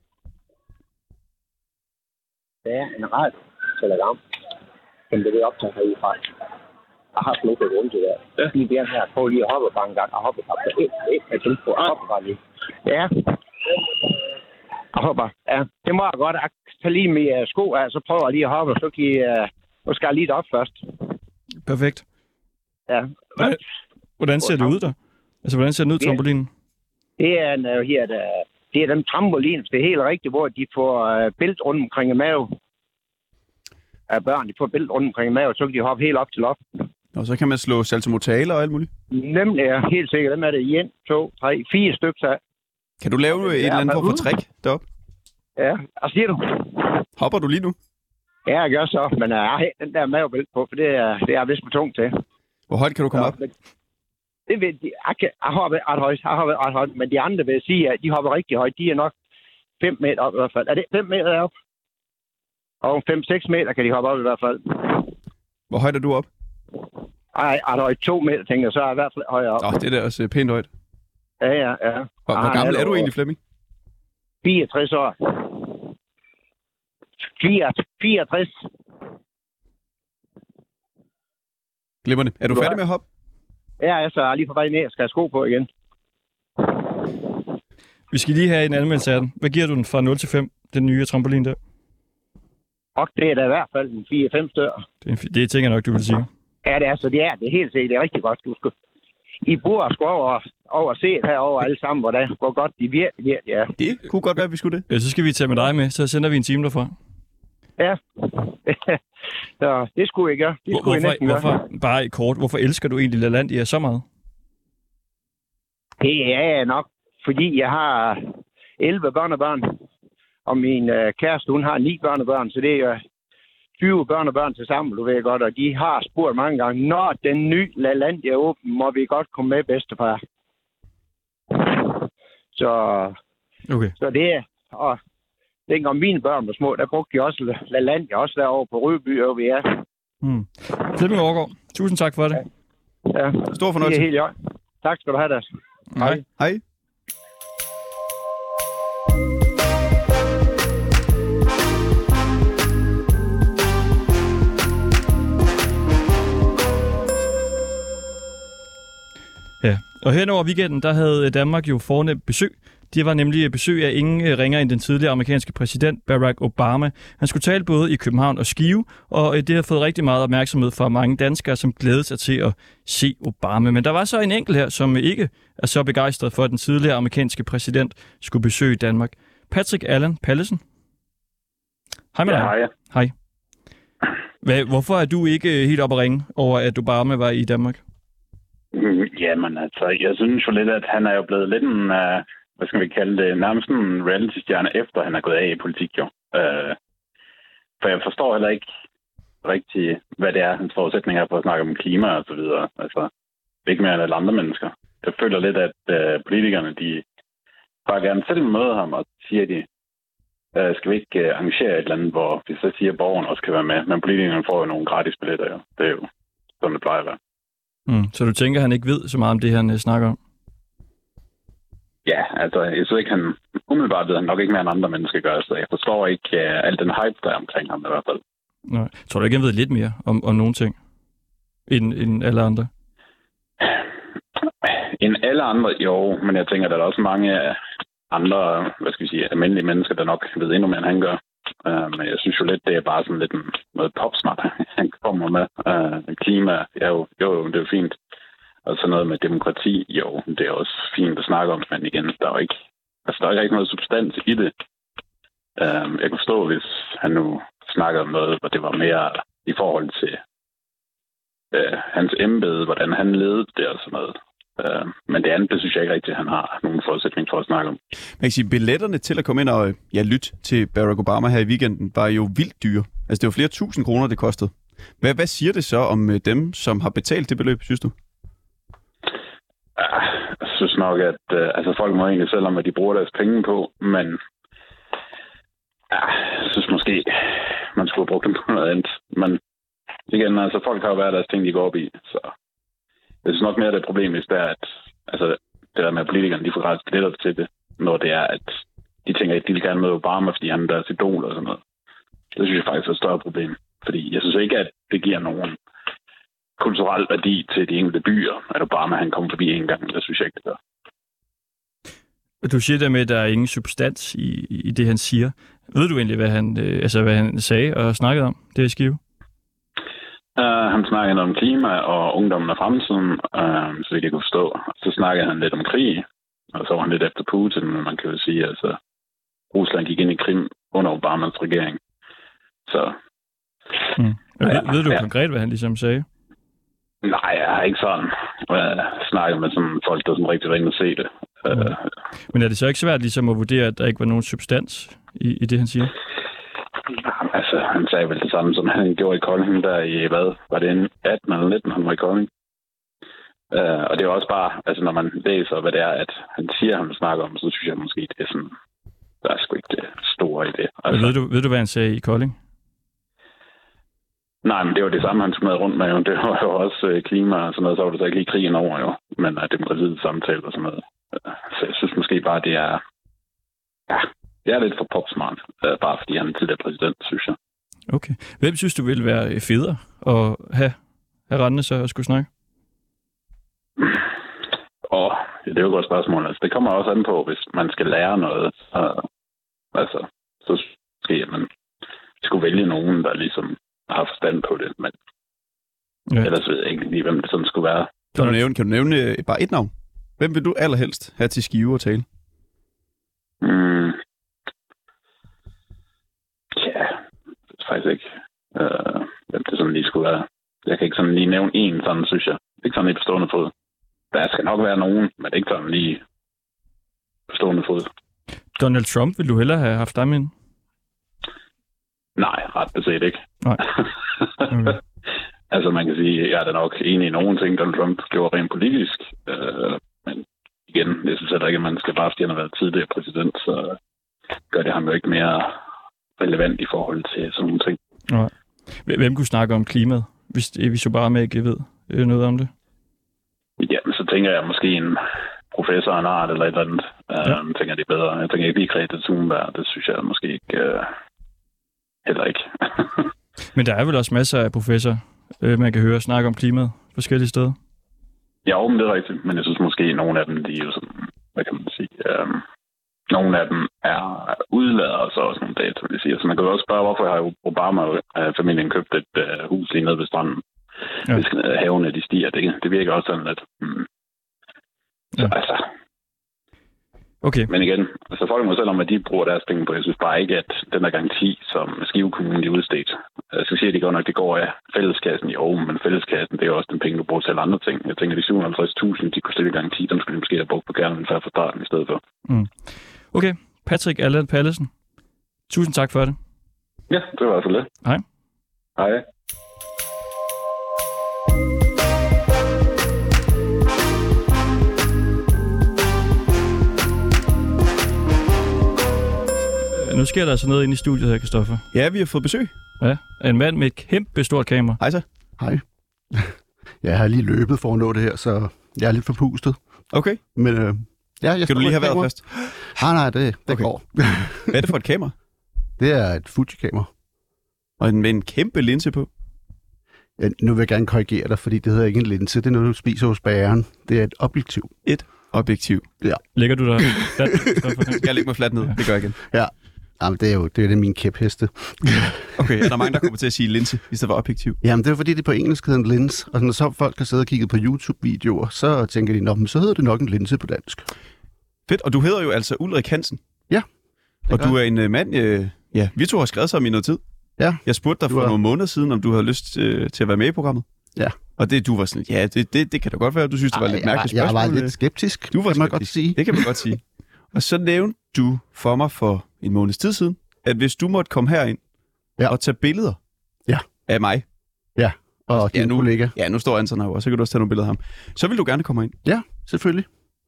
Det er en ret telegram, som det vil optage herfra. Jeg har slukket rundt til det. Ja. Lige der her. Prøv lige at hoppe bare en gang. Og hoppe bare. Et, et, et, et, på. Hoppe bare lige. Ja. Jeg hopper. Ja. Det må jeg godt. Jeg tager lige med sko af, så prøver jeg lige at hoppe. Så kan jeg, nu skal jeg lige op først. Perfekt. Ja. Hvordan, hvordan ser det ud der? Altså, hvordan ser den ud, trampolinen? Det er en, uh, her, der, det er den trampolin, det er helt rigtigt, hvor de får uh, bælt rundt omkring mave. Af børn, de får bælt rundt omkring mave, så kan de hoppe helt op til loftet. Og så kan man slå saltomortale og alt muligt? Nemlig er helt sikkert. Dem er det en, to, tre, fire stykker af. Kan du lave et eller andet form for trick deroppe? Ja, hvad siger du? Hopper du lige nu? Ja, jeg gør så, men jeg har den der mavebælt på, for det er, det er vist for tungt til. Hvor højt kan du komme ja, op? Men, det ved jeg, jeg, kan, jeg hopper ret højt, jeg hopper ret højt, men de andre vil sige, at de hopper rigtig højt. De er nok fem meter op i hvert fald. Er det fem meter op? Og fem seks meter kan de hoppe op i hvert fald. Hvor højt er du op? Ej, ret højt. to meter, tænker jeg, så er jeg i hvert fald højere op. Åh, det er da også pænt højt. Ja, ja, ja. Hvor, hvor gammel er du egentlig, Flemming? fireogtres år. fireogtres. Glimrende. Er du, du færdig med at hoppe? Ja, jeg er lige på vej ned. Jeg skal have sko på igen. Vi skal lige have en anmeldelse af den. Hvad giver du den fra nul til fem, den nye trampolin der? Og det er da i hvert fald en fire fem stykker. Det, det tænker jeg nok, du vil sige. Ja, det er så. Det er, det er helt sikkert. Det er rigtig godt. Du skal... I burde sgu over, over se det herover alle sammen, hvordan hvor godt de virkelig, virkelig er. Det kunne godt være, at vi skulle det. Ja, så skal vi tage med dig med. Så sender vi en time derfra. Ja. Så det skulle jeg gøre. Det skulle hvorfor, jeg gøre. hvorfor, bare kort, hvorfor elsker du egentlig LaLandia så meget? Det er nok, fordi jeg har elleve børnebørn, og min øh, kæreste, hun har ni børnebørn, så det er jo tyve børnebørn til sammen, du ved godt, og de har spurgt mange gange, når den nye LaLandia er åben, må vi godt komme med, bedstefar. Så, okay. så det er, og dengang mine børn var små, der brugte de også LaLandia, også derovre på Rødby, hvor vi er. Hmm. Flemming Overgaard, tusind tak for det. Ja, ja. Stor fornøjelse. Det er helt i orden. Tak skal du have, das. Hej. Hej. Ja, og hen over weekenden, der havde Danmark jo fornemt besøg. De var nemlig besøg af ingen ringer end den tidligere amerikanske præsident Barack Obama. Han skulle tale både i København og Skive, og det har fået rigtig meget opmærksomhed fra mange danskere, som glædede sig til at se Obama. Men der var så en enkelt her, som ikke er så begejstret for, at den tidligere amerikanske præsident skulle besøge Danmark. Patrick Allen Pallesen. Hej med dig. Ja, hej. Hej. Hvad, hvorfor er du ikke helt oppe at ringe over, at Obama var i Danmark? Jamen altså, jeg synes jo lidt, at han er jo blevet lidt en, uh, hvad skal vi kalde det, nærmest en reality-stjerne, efter han er gået af i politik, jo. Uh, for jeg forstår heller ikke rigtig, hvad det er, hans forudsætninger er for at snakke om klima og så videre. Altså, ikke mere end alle andre mennesker. Jeg føler lidt, at uh, politikerne, de bare gerne selv møder ham og siger, de, uh, skal vi ikke uh, arrangere et eller andet, hvor vi så siger, at borgerne også kan være med. Men politikerne får jo nogle gratis billetter, jo. Det er jo sådan, det plejer at være. Mm, så du tænker, han ikke ved så meget om det, han snakker om? Ja, altså, jeg synes ikke, han umiddelbart ved han nok ikke mere end andre mennesker gør, så jeg forstår ikke uh, al den hype, der er omkring ham i hvert fald. Nej. Tror du ikke, han ved lidt mere om, om nogle ting, end, end alle andre? End alle andre, jo, men jeg tænker, at der er også mange andre, hvad skal vi sige, almindelige mennesker, der nok ved endnu mere, end han gør. Uh, men jeg synes jo lidt, det er bare sådan lidt en, noget popsnap, han kommer med. Uh, klima, ja, jo, jo, det er jo fint. Og så noget med demokrati, jo, det er også fint at snakke om, men igen, der er jo ikke, altså, der er ikke noget substans i det. Uh, jeg kan forstå, hvis han nu snakker om noget, hvor det var mere i forhold til uh, hans embede, hvordan han ledede det og sådan noget. Uh, men det andet, det synes jeg ikke rigtigt, at han har nogen forudsætning for at snakke om. Man kan sige, billetterne til at komme ind og ja, lytte til Barack Obama her i weekenden var jo vildt dyre. Altså det var flere tusind kroner, det kostede. Hvad, hvad siger det så om dem, som har betalt det beløb, synes du? Uh, jeg synes nok, at øh, altså, folk må egentlig selv om, hvad de bruger deres penge på, men ja, jeg synes måske, man skulle have brugt dem på noget andet. Men igen, altså folk har jo været deres ting, de går op i, så jeg synes nok mere, at det problem, hvis det er, at altså, det der med, at politikerne, de får gratis billetter til det, når det er, at de tænker, at de vil gerne med Obama, fordi han er deres idol og sådan noget. Det synes jeg faktisk er et større problem. Fordi jeg synes ikke, at det giver nogen kulturel værdi til de enkelte byer, at Obama han kommer forbi en gang. Det synes jeg ikke, det gør. Du siger der med, at der er ingen substans i, i det, han siger. Ved du egentlig, hvad han, øh, altså, hvad han sagde og snakkede om, det i Skive? Uh, han snakkede om klima og ungdommen af fremtiden, uh, så vidt jeg kunne forstå. Så snakkede han lidt om krig, og så var han lidt efter Putin, men man kan jo sige, at altså, Rusland gik ind i Krim under Obamas regering. Så... Mm. Ja, ved, ved du ja. konkret, hvad han ligesom sagde? Nej, jeg har ikke sådan uh, snakket med sådan folk, der sådan rigtig var inde og se det. Uh, mm. Men er det så ikke svært ligesom at vurdere, at der ikke var nogen substans i, i det, han siger? Jamen, altså, han sagde vel det samme, som han gjorde i Kolding, der i, hvad, var det atten eller nitten, han var i Kolding. Uh, og det er også bare, altså når man læser, hvad det er, at han siger, han vil snakke om, så synes jeg måske, det er sådan, der er sgu ikke det store i det. Altså, ved, du, ved du, hvad han sagde i Kolding? Nej, men det var det samme, han tog med rundt med, jo. Det var jo også uh, klima og sådan noget, så var det så ikke lige krigen over, jo. Men uh, demokratiets samtale og sådan noget. Uh, så jeg synes måske bare, det er, ja, det er lidt for popsmart, uh, bare fordi han er tidligere præsident, synes jeg. Okay. Hvem synes du ville være federe at have, have rendende så og skulle snakke? Åh, ja, det er jo et godt spørgsmål. Altså, det kommer også an på, hvis man skal lære noget. Uh, altså, så måske, at man skulle vælge nogen, der ligesom har forstand på det, men ja. Ellers ved jeg ikke lige, hvem det sådan skulle være. Kan du nævne, kan du nævne bare et navn? Hvem vil du allerhelst have til Skive og tale? Mm. Ja, det er faktisk ikke, uh, hvem det sådan lige skulle være. Jeg kan ikke sådan lige nævne en, sådan synes jeg. Ikke sådan lige på stående fod. Der skal nok være nogen, men det er ikke sådan lige på stående fod. Donald Trump, vil du hellere have haft ham ind? Nej, ret beset ikke. Nej. Okay. Altså man kan sige, at jeg er da nok enig i nogle ting, Donald Trump gjorde rent politisk. Øh, men igen, jeg synes heller ikke, at man skal bare, fordi han har været tidligere præsident, så gør det ham jo ikke mere relevant i forhold til sådan nogle ting. Nej. Hvem kunne snakke om klimaet, hvis, hvis Obama ikke ved noget om det? Jamen, så tænker jeg måske en professor af en art eller et eller andet. Ja. Jeg tænker, det er bedre. Jeg tænker ikke lige Greta Thunberg. Det synes jeg måske ikke... Uh... Heller ikke. Men der er vel også masser af professorer, øh, man kan høre snakke om klimaet forskellige steder? Ja, men det er rigtigt. Men jeg synes måske, at nogle af dem, de er jo sådan, hvad kan man sige, øhm, nogle af dem er udlader og så også nogle data, vil jeg sige. Så man kan jo også spørge, hvorfor har Obama og familien købt et uh, hus lige nede ved stranden, ja. Hvis uh, havene de stiger. Det, det virker også sådan lidt. Hmm. Så ja. Altså... Okay. Men igen, altså folk må selv om, hvad de bruger deres penge på. Jeg synes bare ikke, at den der garanti, som Skive Kommune de udstedt, så siger de godt nok, det går af fælleskassen i år, men fælleskassen, det er også den penge, du bruger til andre ting. Jeg tænker, de syv hundrede og halvtreds tusind, de kunne stille garanti, dem skulle de måske have brugt på kernevelfærd for starten i stedet for. Mm. Okay, Patrick Allan Pallesen, tusind tak for det. Ja, det var altså lidt. Hej. Hej. Nu sker der altså noget inde i studiet her, Christoffer. Ja, vi har fået besøg. Ja, en mand med et kæmpe stort kamera. Hej så. Hej. Jeg har lige løbet for at nå det her, så jeg er lidt forpustet. Okay. Men øh, ja, jeg skal du lige have været fast? Nej, nej, det, det okay. går. Hvad er det for et kamera? Det er et Fuji-kamera. Og en, med en kæmpe linse på? Ja, nu vil jeg gerne korrigere dig, fordi det hedder ikke en linse. Det er noget, du spiser hos bageren. Det er et objektiv. Et objektiv? Ja. Lægger du dig fladt? Skal jeg lægge mig fladt ned? Det gør jeg igen. Ja. Jamen, det er jo det er det min kæpheste. Okay, er der mange, der kommer til at sige linse, hvis det var objektiv? Jamen, det er fordi, det på engelsk hedder en lens. Og når så folk har siddet og kigget på YouTube-videoer, så tænker de, nå, men så hedder det nok en linse på dansk. Fedt, og du hedder jo altså Ulrik Hansen. Ja. Og du er en uh, mand, uh, ja, vi to har skrevet sammen i noget tid. Ja. Jeg spurgte dig for var... nogle måneder siden, om du havde lyst uh, til at være med i programmet. Ja. Og det, du var sådan, ja, det, det, det kan da godt være, du synes, det var Ej, lidt mærkeligt spørgsmål. Jeg var lidt skeptisk, du var kan man godt sige. Det kan man godt sige. Og så nævnte du for mig for en måneds tid siden, at hvis du måtte komme herind ja. og tage billeder ja. af mig. Ja, og ja, din nu, kollega. Ja, nu står Anton her, og så kan du også tage nogle billeder af ham. Så vil du gerne komme ind. Ja, selvfølgelig.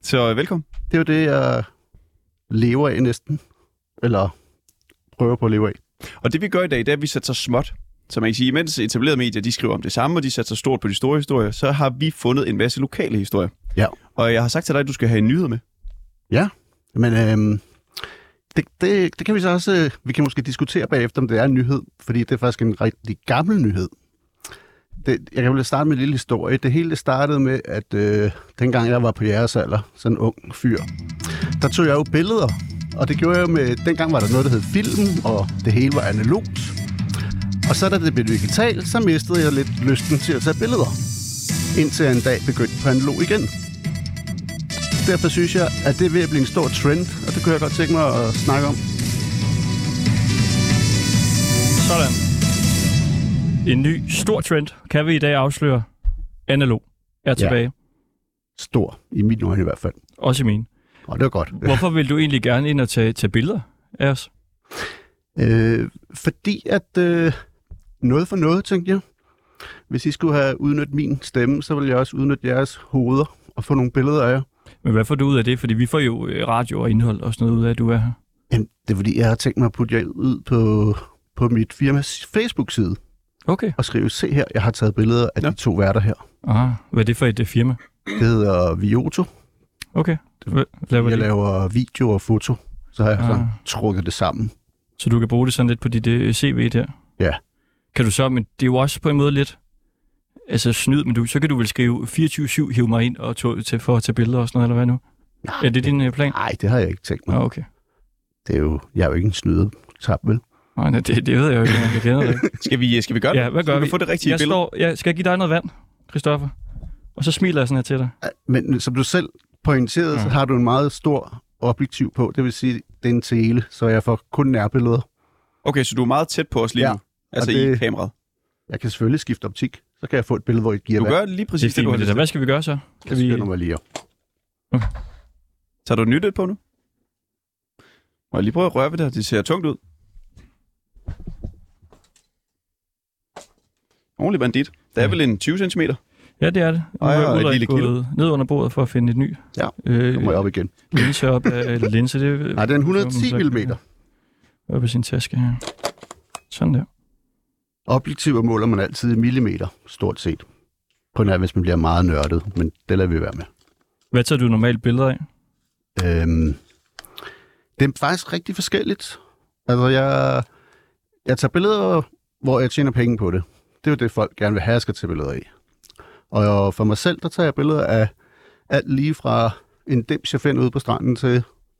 Så velkommen. Det er jo det, jeg lever af næsten. Eller prøver på at leve af. Og det vi gør i dag, det er, at vi sætter så småt. Så man kan sige, mens etablerede medier, de skriver om det samme, og de sætter stort på de store historier, så har vi fundet en masse lokale historier. Ja. Og jeg har sagt til dig, at du skal have en nyhed med. Ja, men øhm, det, det, det kan vi så også, øh, vi kan måske diskutere bagefter, om det er en nyhed, fordi det er faktisk en rigtig gammel nyhed. Det, jeg kan vel starte med en lille historie. Det hele startede med, at øh, dengang jeg var på jeres alder, sådan en ung fyr, der tog jeg jo billeder. Og det gjorde jeg med, dengang var der noget, der hed film, og det hele var analogt. Og så da det blev digitalt, så mistede jeg lidt lysten til at tage billeder. Indtil jeg en dag begyndte på analog igen. Derfor synes jeg, at det er ved at blive en stor trend, og det kunne jeg godt tænke mig at snakke om. Sådan. En ny stor trend kan vi i dag afsløre. Analog er tilbage. Ja. Stor, i mine øjne i hvert fald. Også i mine. Og det var godt. Hvorfor vil du egentlig gerne ind og tage, tage billeder af os? Øh, fordi at øh, noget for noget, tænkte jeg. Hvis I skulle have udnyttet min stemme, så ville jeg også udnytte jeres hoveder og få nogle billeder af jer. Men hvad får du ud af det? Fordi vi får jo radio og indhold og sådan noget ud af, at du er her. Jamen, det er fordi, jeg har tænkt mig at putte jer ud på, på mit firmas Facebook-side. Okay. Og skrive, se her, jeg har taget billeder af ja. de to værter her. Aha, hvad er det for et det firma? Det hedder Vioto. Okay. Det, laver jeg det? laver video og foto, så har jeg ah. så trukket det sammen. Så du kan bruge det sådan lidt på dit uh, C V der? Ja. Kan du så, men det er jo også på en måde lidt altså snyd, men du, så kan du vel skrive fireogtyve syv, hive mig ind og tog, til, for at tage billeder og sådan noget, eller hvad nu? Nej, er det din uh, plan? Nej, det har jeg ikke tænkt mig. Ah, okay. Det er jo, jeg er jo ikke en snyde tab, vel? Nej, det, det ved jeg jo ikke, jeg kender det. skal, vi, skal vi gøre det? Ja, hvad gør skal vi? vi få det rigtige jeg billede? Står, jeg skal jeg give dig noget vand, Christoffer? Og så smiler jeg sådan her til dig. Men som du selv pointerede, ja. så har du en meget stor objektiv på. Det vil sige, det er en tele, så jeg får kun nærbilleder. Okay, så du er meget tæt på os lige ja. nu? Altså det, i kameraet? Jeg kan selvfølgelig skifte optik. Så kan jeg få et billede, hvor I giver Du vand. gør lige præcis det, det, du har det Hvad skal vi gøre så? Kan vi... mig lige okay. Tager du et nyt på nu? Må jeg lige prøve at røre ved det her? Det ser tungt ud. Ordentlig bandit. Det er vel en tyve centimeter? Ja, det er det. Nu Ej, er jeg et lille gået ned under bordet for at finde et ny. Ja, øh, så må jeg op igen. Linse op af linse. Det, Nej, det er en et hundrede og ti millimeter. Op i sin taske her. Sådan der. Objektiver måler man altid i millimeter, stort set. På nær, hvis man bliver meget nørdet, men det lader vi være med. Hvad tager du normalt billeder af? Øhm, det er faktisk rigtig forskelligt. Altså, jeg, jeg tager billeder, hvor jeg tjener penge på det. Det er jo det, folk gerne vil have, jeg skal tage billeder af. Og for mig selv, der tager jeg billeder af alt lige fra en dims, jeg finder ude på stranden, til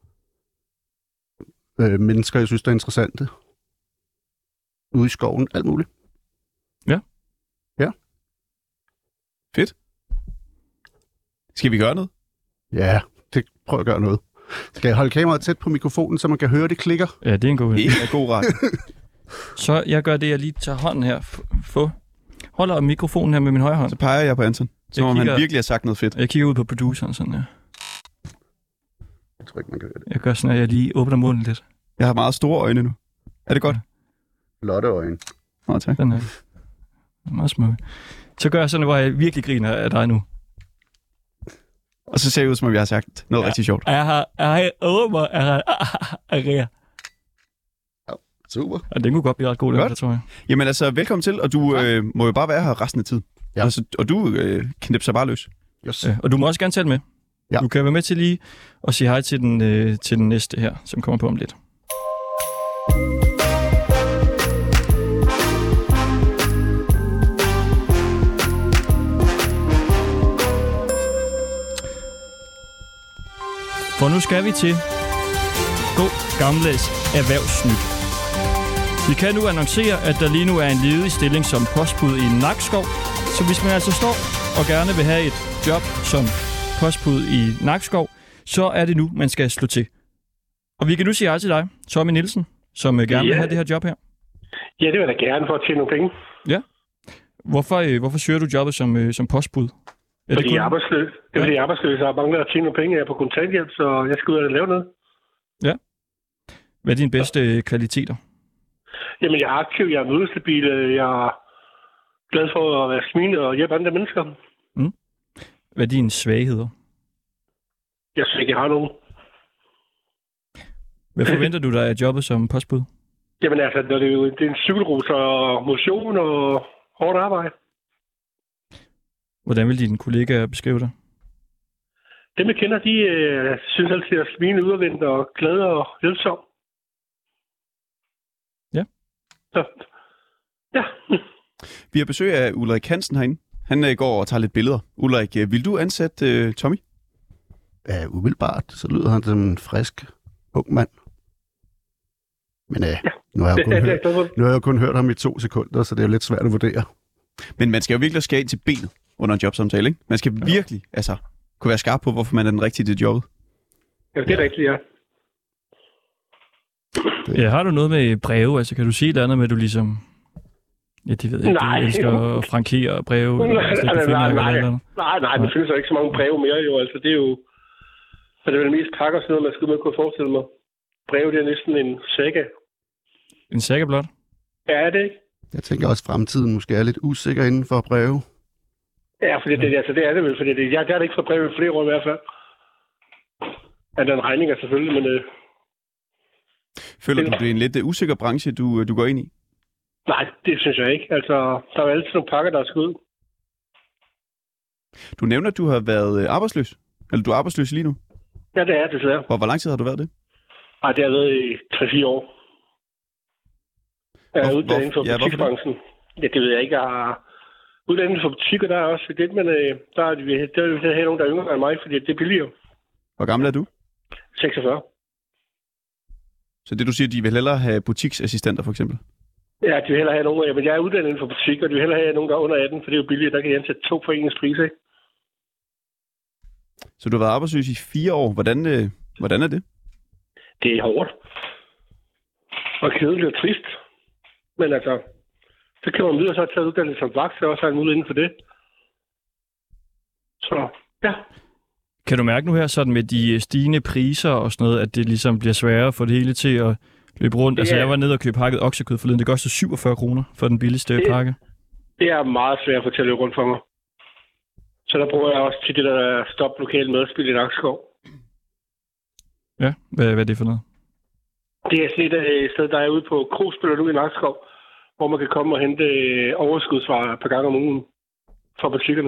øh, mennesker, jeg synes, der er interessante. Ude i skoven, alt muligt. Ja. Ja. Fedt. Skal vi gøre noget? Ja, det prøv at gøre noget. Skal jeg holde kameraet tæt på mikrofonen, så man kan høre, det klikker? Ja, det er en god idé. Det er god ret. Så jeg gør det, jeg lige tager hånden her. Få. Holder mikrofonen her med min højre hånd. Så peger jeg på Anton. Som om han virkelig har sagt noget fedt. Jeg kigger ud på produceren sådan her. Jeg tror ikke, man kan høre det. Jeg gør sådan, at jeg lige åbner munden lidt. Jeg har meget store øjne nu. Er det godt? Flotte øjne. Nå, tak. Den er meget smuk. Så gør jeg sådan, hvor jeg virkelig griner af dig nu. Og så ser jeg ud, som om jeg har sagt noget ja. rigtig sjovt. Jeg har, jeg har øvet mig, jeg har, jeg har, super. Og den kunne godt blive ret god, det, tror jeg. Jamen altså, velkommen til, og du øh, må jo bare være her resten af tiden. Ja. Altså, og du øh, knipper sig bare løs. Yes. Ja, og du må også gerne tælle med. Ja. Du kan være med til lige at sige hej til den, øh, til den næste her, som kommer på om lidt. For nu skal vi til god gammeldags erhvervsnyt. Vi kan nu annoncere, at der lige nu er en ledig stilling som postbud i Nakskov. Så hvis man altså står og gerne vil have et job som postbud i Nakskov, så er det nu, man skal slå til. Og vi kan nu sige hej til dig, Tommy Nielsen, som gerne ja. vil have det her job her. Ja, det vil jeg da gerne for at tjene nogle penge. Ja. Hvorfor, øh, hvorfor søger du jobbet som, øh, som postbud? Er fordi jeg er arbejdsløs. Det er fordi jeg er arbejdsløs, og mangler at tjene nogle penge. Jeg er på kontanthjælp, så jeg skal ud og lave noget. Ja. Hvad er dine bedste ja. kvaliteter? Jamen, jeg er aktiv, jeg er mødestabil, jeg er glad for at være smilende og hjælpe andre mennesker. Mm. Hvad er dine svagheder? jeg synes ikke, jeg har nogen. Hvad forventer du dig af jobbet som postbud? Jamen altså, det er jo det er en cykelrute og motion og hårdt arbejde. Hvordan vil dine kollegaer beskrive dig? Dem, jeg kender, de øh, synes altid at smile udadvendt og glade og hjælpsom. Ja. Så, ja. Vi har besøg af Ulrik Hansen herinde. Han øh, går og tager lidt billeder. Ulrik, øh, vil du ansætte øh, Tommy? Ja, umiddelbart. Så lyder han som en frisk ung mand. Men øh, ja. nu, har jeg kun hørt, nu har jeg jo kun hørt ham i to sekunder, så det er jo lidt svært at vurdere. Men man skal jo virkelig skære ind til benet under en jobsamtale, ikke? Man skal virkelig altså, kunne være skarp på, hvorfor man er den rigtige til jobbet. Ja, det er rigtigt, ja. Ja, har du noget med breve? Altså, kan du sige et andet med, at du ligesom... Ja, det ved jeg ikke. Du elsker at frankere breve? Nej, eller, altså, nej, nej, eller nej, eller nej, nej, det findes jo ikke så mange breve mere, jo. Altså, det er jo... Så det er vel mest pakker og sådan noget, man skulle med kunne forestille mig. Breve, det er næsten en saga. En saga blot? Ja, er det ikke? Jeg tænker også, at fremtiden måske er lidt usikker inden for breve. Ja, for det, det, altså, det er det vel, fordi det, jeg, jeg har ikke fået brev i flere år i hvert fald. Ja, der er en regning selvfølgelig, men... Øh, Føler det, du, det er en lidt uh, usikker branche, du, du går ind i? Nej, det synes jeg ikke. Altså, der er jo altid nogle pakker, der er skudt. Du nævner, at du har været øh, arbejdsløs. Eller du er arbejdsløs lige nu? Ja, det er desværre. Hvor, hvor lang tid har du været det? Nej, det har været i tre fire år. Jeg er Hvor, uddannet inden for ja, butiksbranchen. Ja, det ved jeg ikke. Jeg har uddannet inden for butikker, der er også det, men øh, der er vi der er vi have nogen, der er yngre end mig, fordi det er billigere. Hvor gammel er du? seksogfyrre. Så det du siger, de vil hellere have butiksassistenter for eksempel? Ja, de vil hellere have nogen, ja, men jeg er uddannet inden for butik, og de vil hellere have nogen, der er under atten, for det er jo billigere. Der kan jeg ansætte to for ens pris, ikke? Så du har været arbejdsløs i fire år. Hvordan, øh, hvordan er det? Det er hårdt. Og kedeligt og trist. Men altså, så kan man videre så tage uddannelse som vagt, så også har en mulighed inden for det. Så, ja. Kan du mærke nu her, sådan med de stigende priser og sådan noget, at det ligesom bliver sværere for det hele til at løbe rundt? Ja. Altså, jeg var nede og købe pakket oksekød forleden. Det koster syvogfyrre kroner for den billigste det, pakke. Det er meget svært at få til at løbe rundt for mig. Så der bruger jeg også til det der stop lokale madspil i Nakskov. Ja, hvad, hvad er det for noget? Det er sådan et sted, der er ude på Krogsbøller nu i Nakskov, hvor man kan komme og hente overskudsvarer et par gange om ugen fra butikkerne.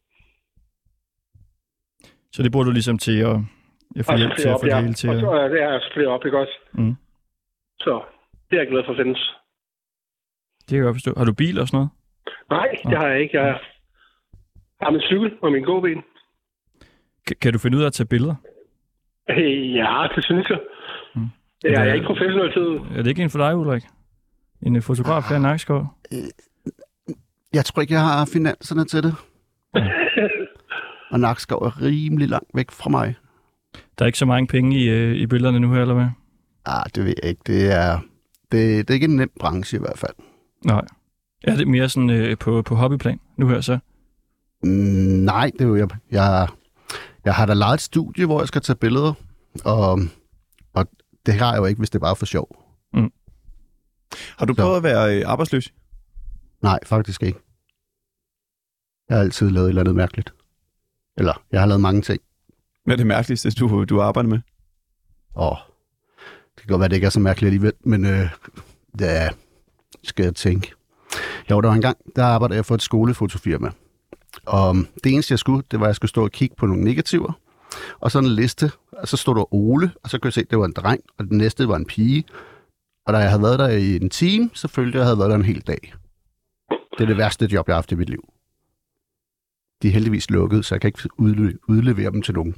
Så det bruger du ligesom til at, at få hjælp til at få det hele til at... Og så er det her flere op, ikke også? Mm. Så det er jeg glad for at findes. Det kan jeg godt forstå. Har du bil og sådan noget? Nej, det har jeg ikke. Jeg har min cykel og min gåben. Kan, kan du finde ud af at tage billeder? Ja, det synes jeg. Mm. Jeg er, er ikke professionel til. Er det ikke en for dig, Ulrik? En fotograf her i Nakskov? Jeg tror ikke, jeg har finanserne til det. Og Nakskov er rimelig langt væk fra mig. Der er ikke så mange penge i, i billederne nu her, eller hvad? Ah, det ved jeg ikke. Det er, det, det er ikke en nem branche i hvert fald. Nej. Er det mere sådan øh, på, på hobbyplan nu her så? Mm, nej, det er jo jeg. Jeg, jeg har da lejet et studie, hvor jeg skal tage billeder. Og, og det har jeg jo ikke, hvis det er bare for sjov. Mm. Har du prøvet så. at være arbejdsløs? Nej, faktisk ikke. Jeg har altid lavet et eller andet mærkeligt. Eller, jeg har lavet mange ting. Hvad er det mærkeligste, du, du arbejder med? Åh, det kan godt være, det ikke er så mærkeligt alligevel, men øh, ja, skal jeg tænke. Jo, der var en gang, der arbejdede jeg for et skolefotofirma. Og det eneste, jeg skulle, det var, at jeg skulle stå og kigge på nogle negativer. Og så en liste, og så stod der Ole, og så kunne jeg se, at det var en dreng, og den næste var en pige. Og da jeg havde været der i en time, så følte jeg, at jeg havde været der en hel dag. Det er det værste job, jeg har haft i mit liv. De er heldigvis lukket, så jeg kan ikke udle- udlevere dem til nogen.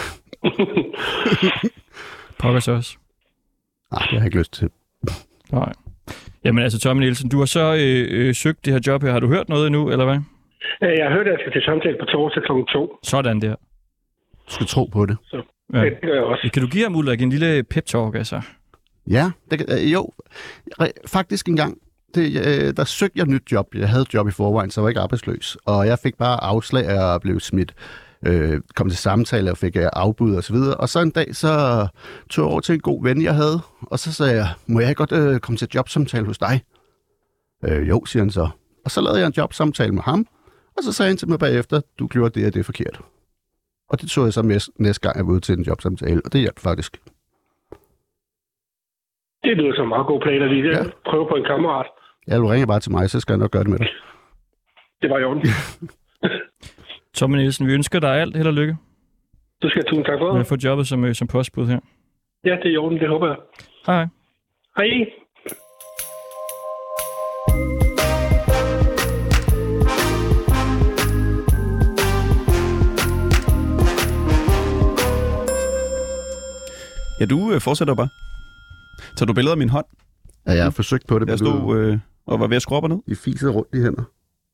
Pokker så også. Nej, det har jeg ikke lyst til. Nej. Jamen altså, Tommy Nielsen, du har så øh, øh, søgt det her job her. Har du hørt noget endnu, eller hvad? Jeg har hørt, at jeg skal til samtale på torsdag klokken to. Sådan der. Du skal tro på det. Så ja. Det gør jeg også. Kan du give ham, Ulrik, en lille pep-talk, altså? Ja, det, øh, jo. Faktisk en gang. Det, øh, der søgte jeg et nyt job. Jeg havde et job i forvejen, så jeg var ikke arbejdsløs. Og jeg fik bare afslag og blev smidt. Øh, kom til samtale og fik afbud og så videre. Og så en dag, så tog jeg over til en god ven, jeg havde. Og så sagde jeg, må jeg godt øh, komme til et jobsamtale hos dig? Øh, jo, siger han så. Og så lavede jeg en jobsamtale med ham. Og så sagde han til mig bagefter, du gjorde det, og det er forkert. Og det tog jeg så med næste gang, jeg var ude til en jobsamtale, og det hjalp faktisk. Det lyder som en meget god plan, at lige ja. prøve på en kammerat. Ja, du ringer bare til mig, så skal jeg nok gøre det med dig. Det var i orden. Tommy Nielsen, vi ønsker dig alt held og lykke. Du skal tusind tak for det. Med at få jobbet som, som postbud her. Ja, det er i orden, det håber jeg. Hej. Hej. Ja, du øh, fortsætter bare. Tager du billeder af min hånd? Ja, jeg har forsøgt på det. Jeg stod øh, og var ved at skrue op og ned. I fisede rundt i hænder.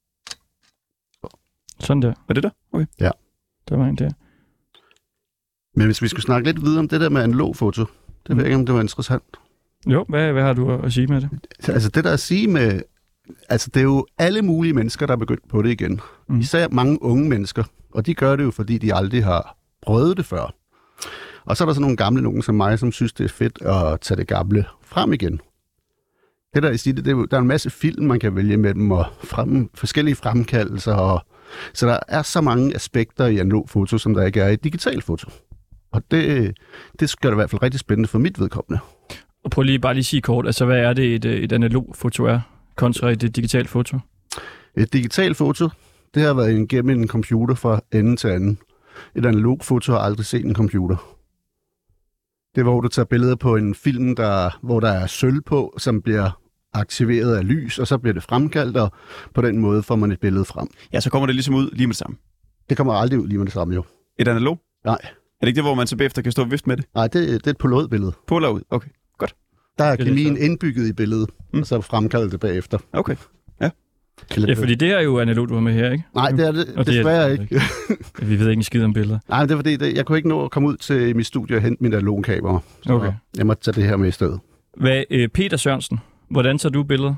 Sådan der. Var det der? Okay. Ja. Der var en der. Men hvis vi skulle snakke lidt videre om det der med analog foto, det ved jeg ikke, om det var interessant. Jo, hvad, hvad har du at sige med det? Altså det der at sige med... Altså det er jo alle mulige mennesker, der er begyndt på det igen. Mm. Især mange unge mennesker. Og de gør det jo, fordi de aldrig har prøvet det før. Og så er der så nogle gamle nogen som mig, som synes, det er fedt at tage det gamle frem igen. Det der, I siger, det, det er, der er en masse film, man kan vælge mellem, og frem, forskellige fremkaldelser. Og, så der er så mange aspekter i analog foto, som der ikke er i digital foto. Og det, det gør det i hvert fald rigtig spændende for mit vedkommende. Og prøv lige bare lige sige kort, altså hvad er det et, et analog foto er, kontra et digitalt foto? Et digitalt foto, det har været igennem en computer fra ende til anden. Et analog foto har aldrig set en computer. Det er, hvor du tager billeder på en film, der, hvor der er sølv på, som bliver aktiveret af lys, og så bliver det fremkaldt, og på den måde får man et billede frem. Ja, så kommer det ligesom ud lige med det samme. Det kommer aldrig ud lige med det samme, jo. Et analog? Nej. Er det ikke det, hvor man så bagefter kan stå og vifte med det? Nej, det, det er et polaroid-billede. Polaroid, okay. Godt. Der er kemien indbygget i billedet, mm. og så fremkaldet det bagefter. Okay, ja. Ja, fordi det er jo analog, du har med her, ikke? Nej, det er det og desværre det er ikke. ikke. Vi ved ikke en skid om billeder. Nej, det er fordi, det, jeg kunne ikke nå at komme ud til mit studie og hente min analogkamera. Så okay. Jeg måtte tage det her med i stedet. Hvad, øh, Peter Sørensen, hvordan tager du billeder?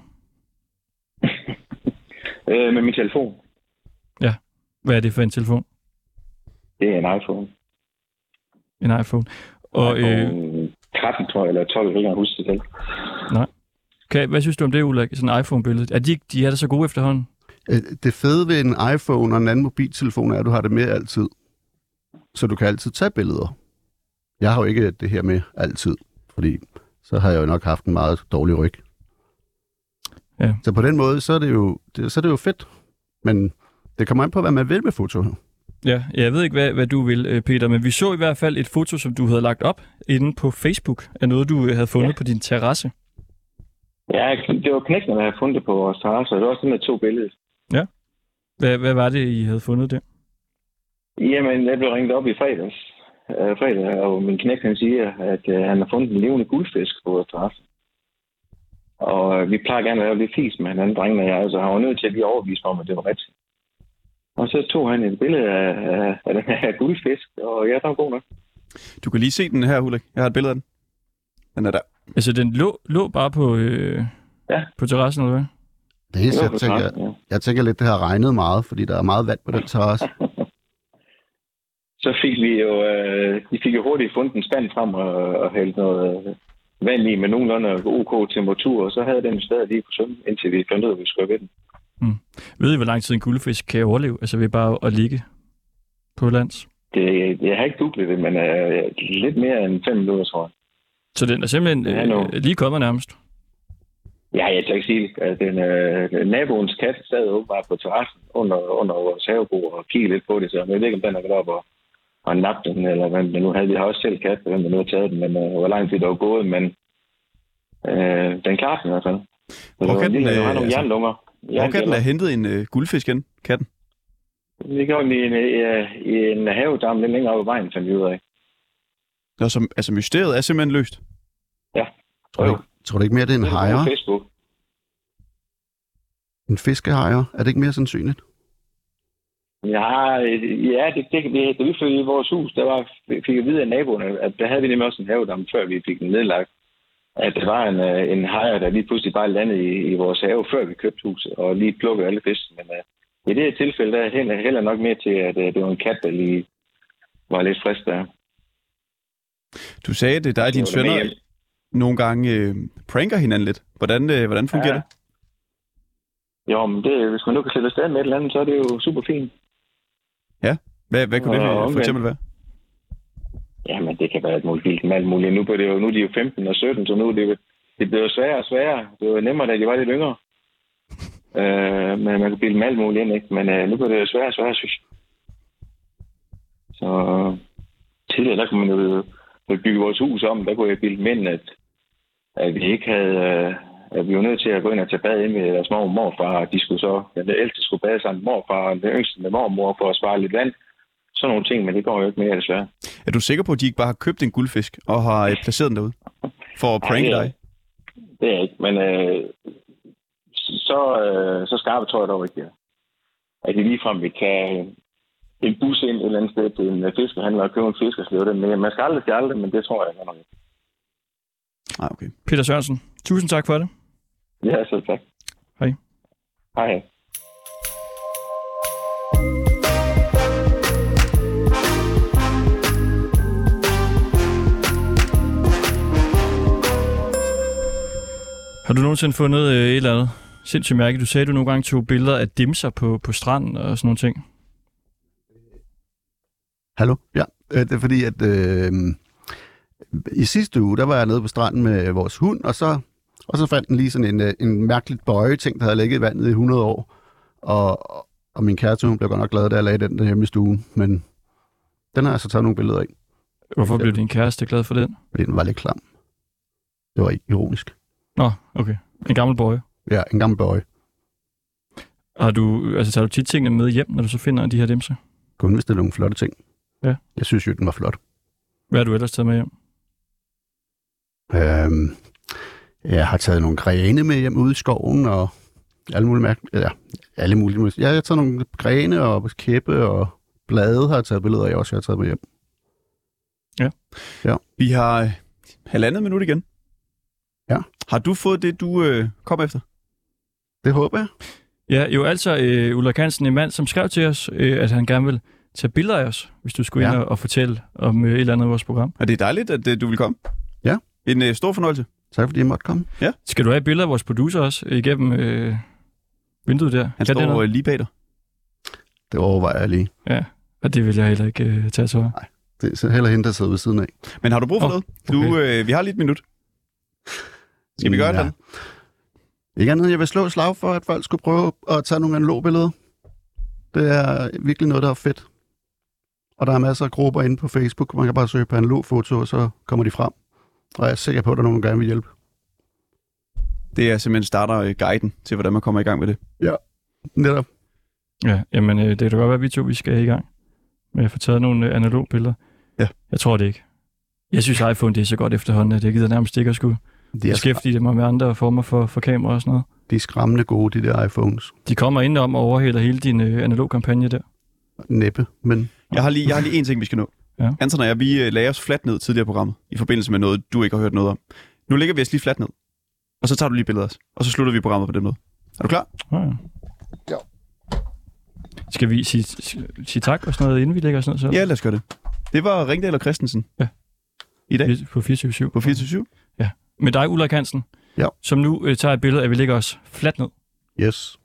øh, med min telefon. Ja, hvad er det for en telefon? Det er en iPhone. En iPhone. Og, iPhone øh... tretten, tror jeg, eller tolv, jeg kan ikke huske det selv. Nej. Okay, hvad synes du om det, Ulrik? Sådan en iPhone-billede. Er de, de er da så gode efterhånden? Det fede ved en iPhone og en anden mobiltelefon er, at du har det med altid. Så du kan altid tage billeder. Jeg har jo ikke det her med altid, fordi så har jeg jo nok haft en meget dårlig ryg. Ja. Så på den måde, så er det jo, det, så er det jo fedt. Men det kommer an på, hvad man vil med foto. Ja, jeg ved ikke, hvad, hvad du vil, Peter, men vi så i hvert fald et foto, som du havde lagt op inde på Facebook, af noget, du havde fundet ja. på din terrasse. Ja, det var knægtene, der havde fundet det på vores terrasse, og det var også sådan med to billeder. Ja. Hvad, hvad var det, I havde fundet der? Jamen, jeg blev ringet op i fredags, øh, fredag, og min knægt, han siger, at øh, han har fundet en levende guldfisk på vores terrasse. Og øh, vi plejer gerne at lave lidt fis med hinanden, drengene og jeg, så han var nødt til at blive overbevist om, at det var rigtigt. Og så tog han et billede af, af, af den her guldfisk, og ja, der var god nok. Du kan lige se den her, Ulrik. Jeg har et billede af den. Den er der. Altså, den lå, lå bare på, øh, ja. på terrassen, eller hvad? Det er, jeg, tænker, jeg, ja. jeg tænker lidt, det har regnet meget, fordi der er meget vand på den terrasse. Så fik vi jo, øh, vi fik jo hurtigt fundet en spand frem og, og hældt noget øh, vand i med nogenlunde OK temperatur, og så havde den stadig lige på svømme, indtil vi fandt ud af, at vi skulle ved den. Mm. Ved I, hvor lang tid en guldfisk kan overleve? Altså ved bare at ligge på lands? Det, jeg har ikke googlet det, men øh, lidt mere end fem minutter, tror jeg. Så den er simpelthen øh, lige kommet nærmest? Ja, jeg kan ikke sige at den øh, naboens kat sad åbenbart på terrassen under, under vores havebord og kiggede lidt på det, så jeg ved ikke, om den er gået op og, og nappet den, eller hvad den nu havde. Vi har også selv kat, hvem der nu har taget den, men øh, hvor lang tid der var gået, men øh, den klarede den i hvert fald. Hvor kan den, har nogle jernlunger. Hvor kan den have hentet en øh, guldfisk igen, katten? Vi gjorde den i en, i, i en havedam lidt længere op ad vejen, fandt vi ud af. Nå, så, altså mysteriet er simpelthen løst? Ja. Tror du, tror du ikke mere, det er en hajer? Facebook. En fiskehajer? Er det ikke mere sandsynligt? Ja, ja det, det, det, det vi flyttede i vores hus, der var, fik jeg vide af naboerne, at der havde vi nemlig også en havedam, før vi fik den nedlagt. At der var en, en hajer, der lige pludselig bare landede i, i vores have, før vi købte huset, og lige plukkede alle fisk. Men uh, i det her tilfælde, der er jeg heller nok mere til, at uh, det var en kat, der lige var lidt frisk der. Du sagde, at dig og dine sønner nogle gange øh, pranker hinanden lidt. Hvordan, øh, hvordan fungerer ja. det? Jo, men det, hvis man nu kan sætte afsted med et eller andet, så er det jo super fint. Ja, Hvad, hvad kunne det Og for eksempel være? Jamen, det kan være et muligt film, alt muligt. Nu, er det jo, nu er de jo femten og sytten, så nu er det, det bliver jo sværere og sværere. Det var nemmere, da de var lidt yngre. øh, men man kan bilde dem alt muligt ind, ikke? Men øh, nu bliver det jo sværere og sværere, synes jeg. Så tidligere, der kunne man jo bygge vores hus om. Der kunne jeg bilde dem ind, at, at vi ikke havde... Øh, at vi var nødt til at gå ind og tage bad ind med deres mor og morfar, og de skulle så... Ja, den ældste skulle bade sammen med morfar, og den yngste med mormor for at spare lidt vand. Sådan nogle ting, men det går jo ikke mere, desværre. Er du sikker på, at de ikke bare har købt en guldfisk og har øh, placeret den derude? For at pranke dig? Det er ikke, men øh, så, øh, så skarpe tror jeg dog ikke, ja. At de ligefrem vil kan en bus ind et eller andet sted til en fiskehandler og købe en fisk og slæve den med. Man skal aldrig skal aldrig, men det tror jeg nok ikke. Ah, okay. Peter Sørensen, tusind tak for det. Ja, så tak. Hej. Hej, hej. Har du nogensinde fundet øh, et eller andet sindssygt mærke? Du sagde, at du nogle gange tog billeder af dimser på, på stranden og sådan nogle ting. Hallo? Ja, det er fordi, at øh, i sidste uge, der var jeg nede på stranden med vores hund, og så, og så fandt den lige sådan en, en mærkeligt bøje-ting, der havde ligget i vandet i hundrede år. Og, og min kæreste, hun blev godt nok glad, da jeg lagde den derhjemme i stuen, men den har jeg så taget nogle billeder af. Hvorfor blev din kæreste glad for den? Fordi den var lidt klam. Det var ikke ironisk. Nå, okay. En gammel bøje. Ja, en gammel bøje. Har du, altså tager du tit tingene med hjem, når du så finder de her dimser? Kun hvis det er nogle flotte ting. Ja. Jeg synes jo, den var flot. Hvad har du ellers taget med hjem? Øhm, jeg har taget nogle grene med hjem ude i skoven, og alle mulige mærke. Ja, alle mulige. Ja, jeg har taget nogle grene og kæppe og blade har jeg taget billeder af også, jeg har taget med hjem. Ja. Ja. Vi har øh, halvandet minut igen. Ja. Har du fået det, du øh, kom efter? Det håber jeg. Ja, jo altså øh, Ulrik Hansen, en mand, som skrev til os, øh, at han gerne vil tage billeder af os, hvis du skulle ja. ind og, og fortælle om øh, et eller andet i vores program. Og det er dejligt, at øh, du vil komme. Ja. En øh, stor fornøjelse. Tak fordi jeg måtte komme. Ja. Skal du have billeder af vores producer også igennem øh, vinduet der? Han kan står lige bag dig. Det overvejer jeg lige. Ja, og det vil jeg heller ikke øh, tage så. Nej, det er heller hende, der sidder ved siden af. Men har du brug for oh, noget? Du, okay. øh, vi har lige et minut. Skal vi gøre ja. det? Ikke andet, jeg vil slå et slag for, at folk skulle prøve at tage nogle analogbilleder. Det er virkelig noget, der er fedt. Og der er masser af grupper inde på Facebook. Man kan bare søge på analogfoto, og så kommer de frem. Og jeg er sikker på, at der er nogen, der gerne vil hjælpe. Det er simpelthen starter-guiden til, hvordan man kommer i gang med det. Ja, netop. Ja, jamen øh, det kan da godt være, at vi to vi skal i gang med at få taget nogle øh, analogbilleder. Ja. Jeg tror det ikke. Jeg synes, iPhone det er så godt efterhånden, at det gider nærmest ikke at skulle beskæftige mig med andre former for, for kamera og sådan noget. De er skræmmende gode, de der iPhones. De kommer ind om og overhælder hele din øh, analog-kampagne der. Næppe, men... Jeg har lige, jeg har lige en ting, vi skal nå. Ja. Anton og jeg, vi lagde os fladt ned tidligere i programmet, i forbindelse med noget, du ikke har hørt noget om. Nu lægger vi os lige fladt ned, og så tager du lige billeder os, og så slutter vi programmet på den måde. Er du klar? Ja. Ja. Skal vi sige, sige tak og sådan noget, inden vi lægger os ned? Så? Ja, lad os gøre det. Det var Ringdal og Christensen. Ja. I dag? På fireogtyve syv. På fireogtyve syv? Ja. Med dig, Ulrik Hansen, ja. som nu øh, tager et billede af, at vi lægger os fladt ned. Yes.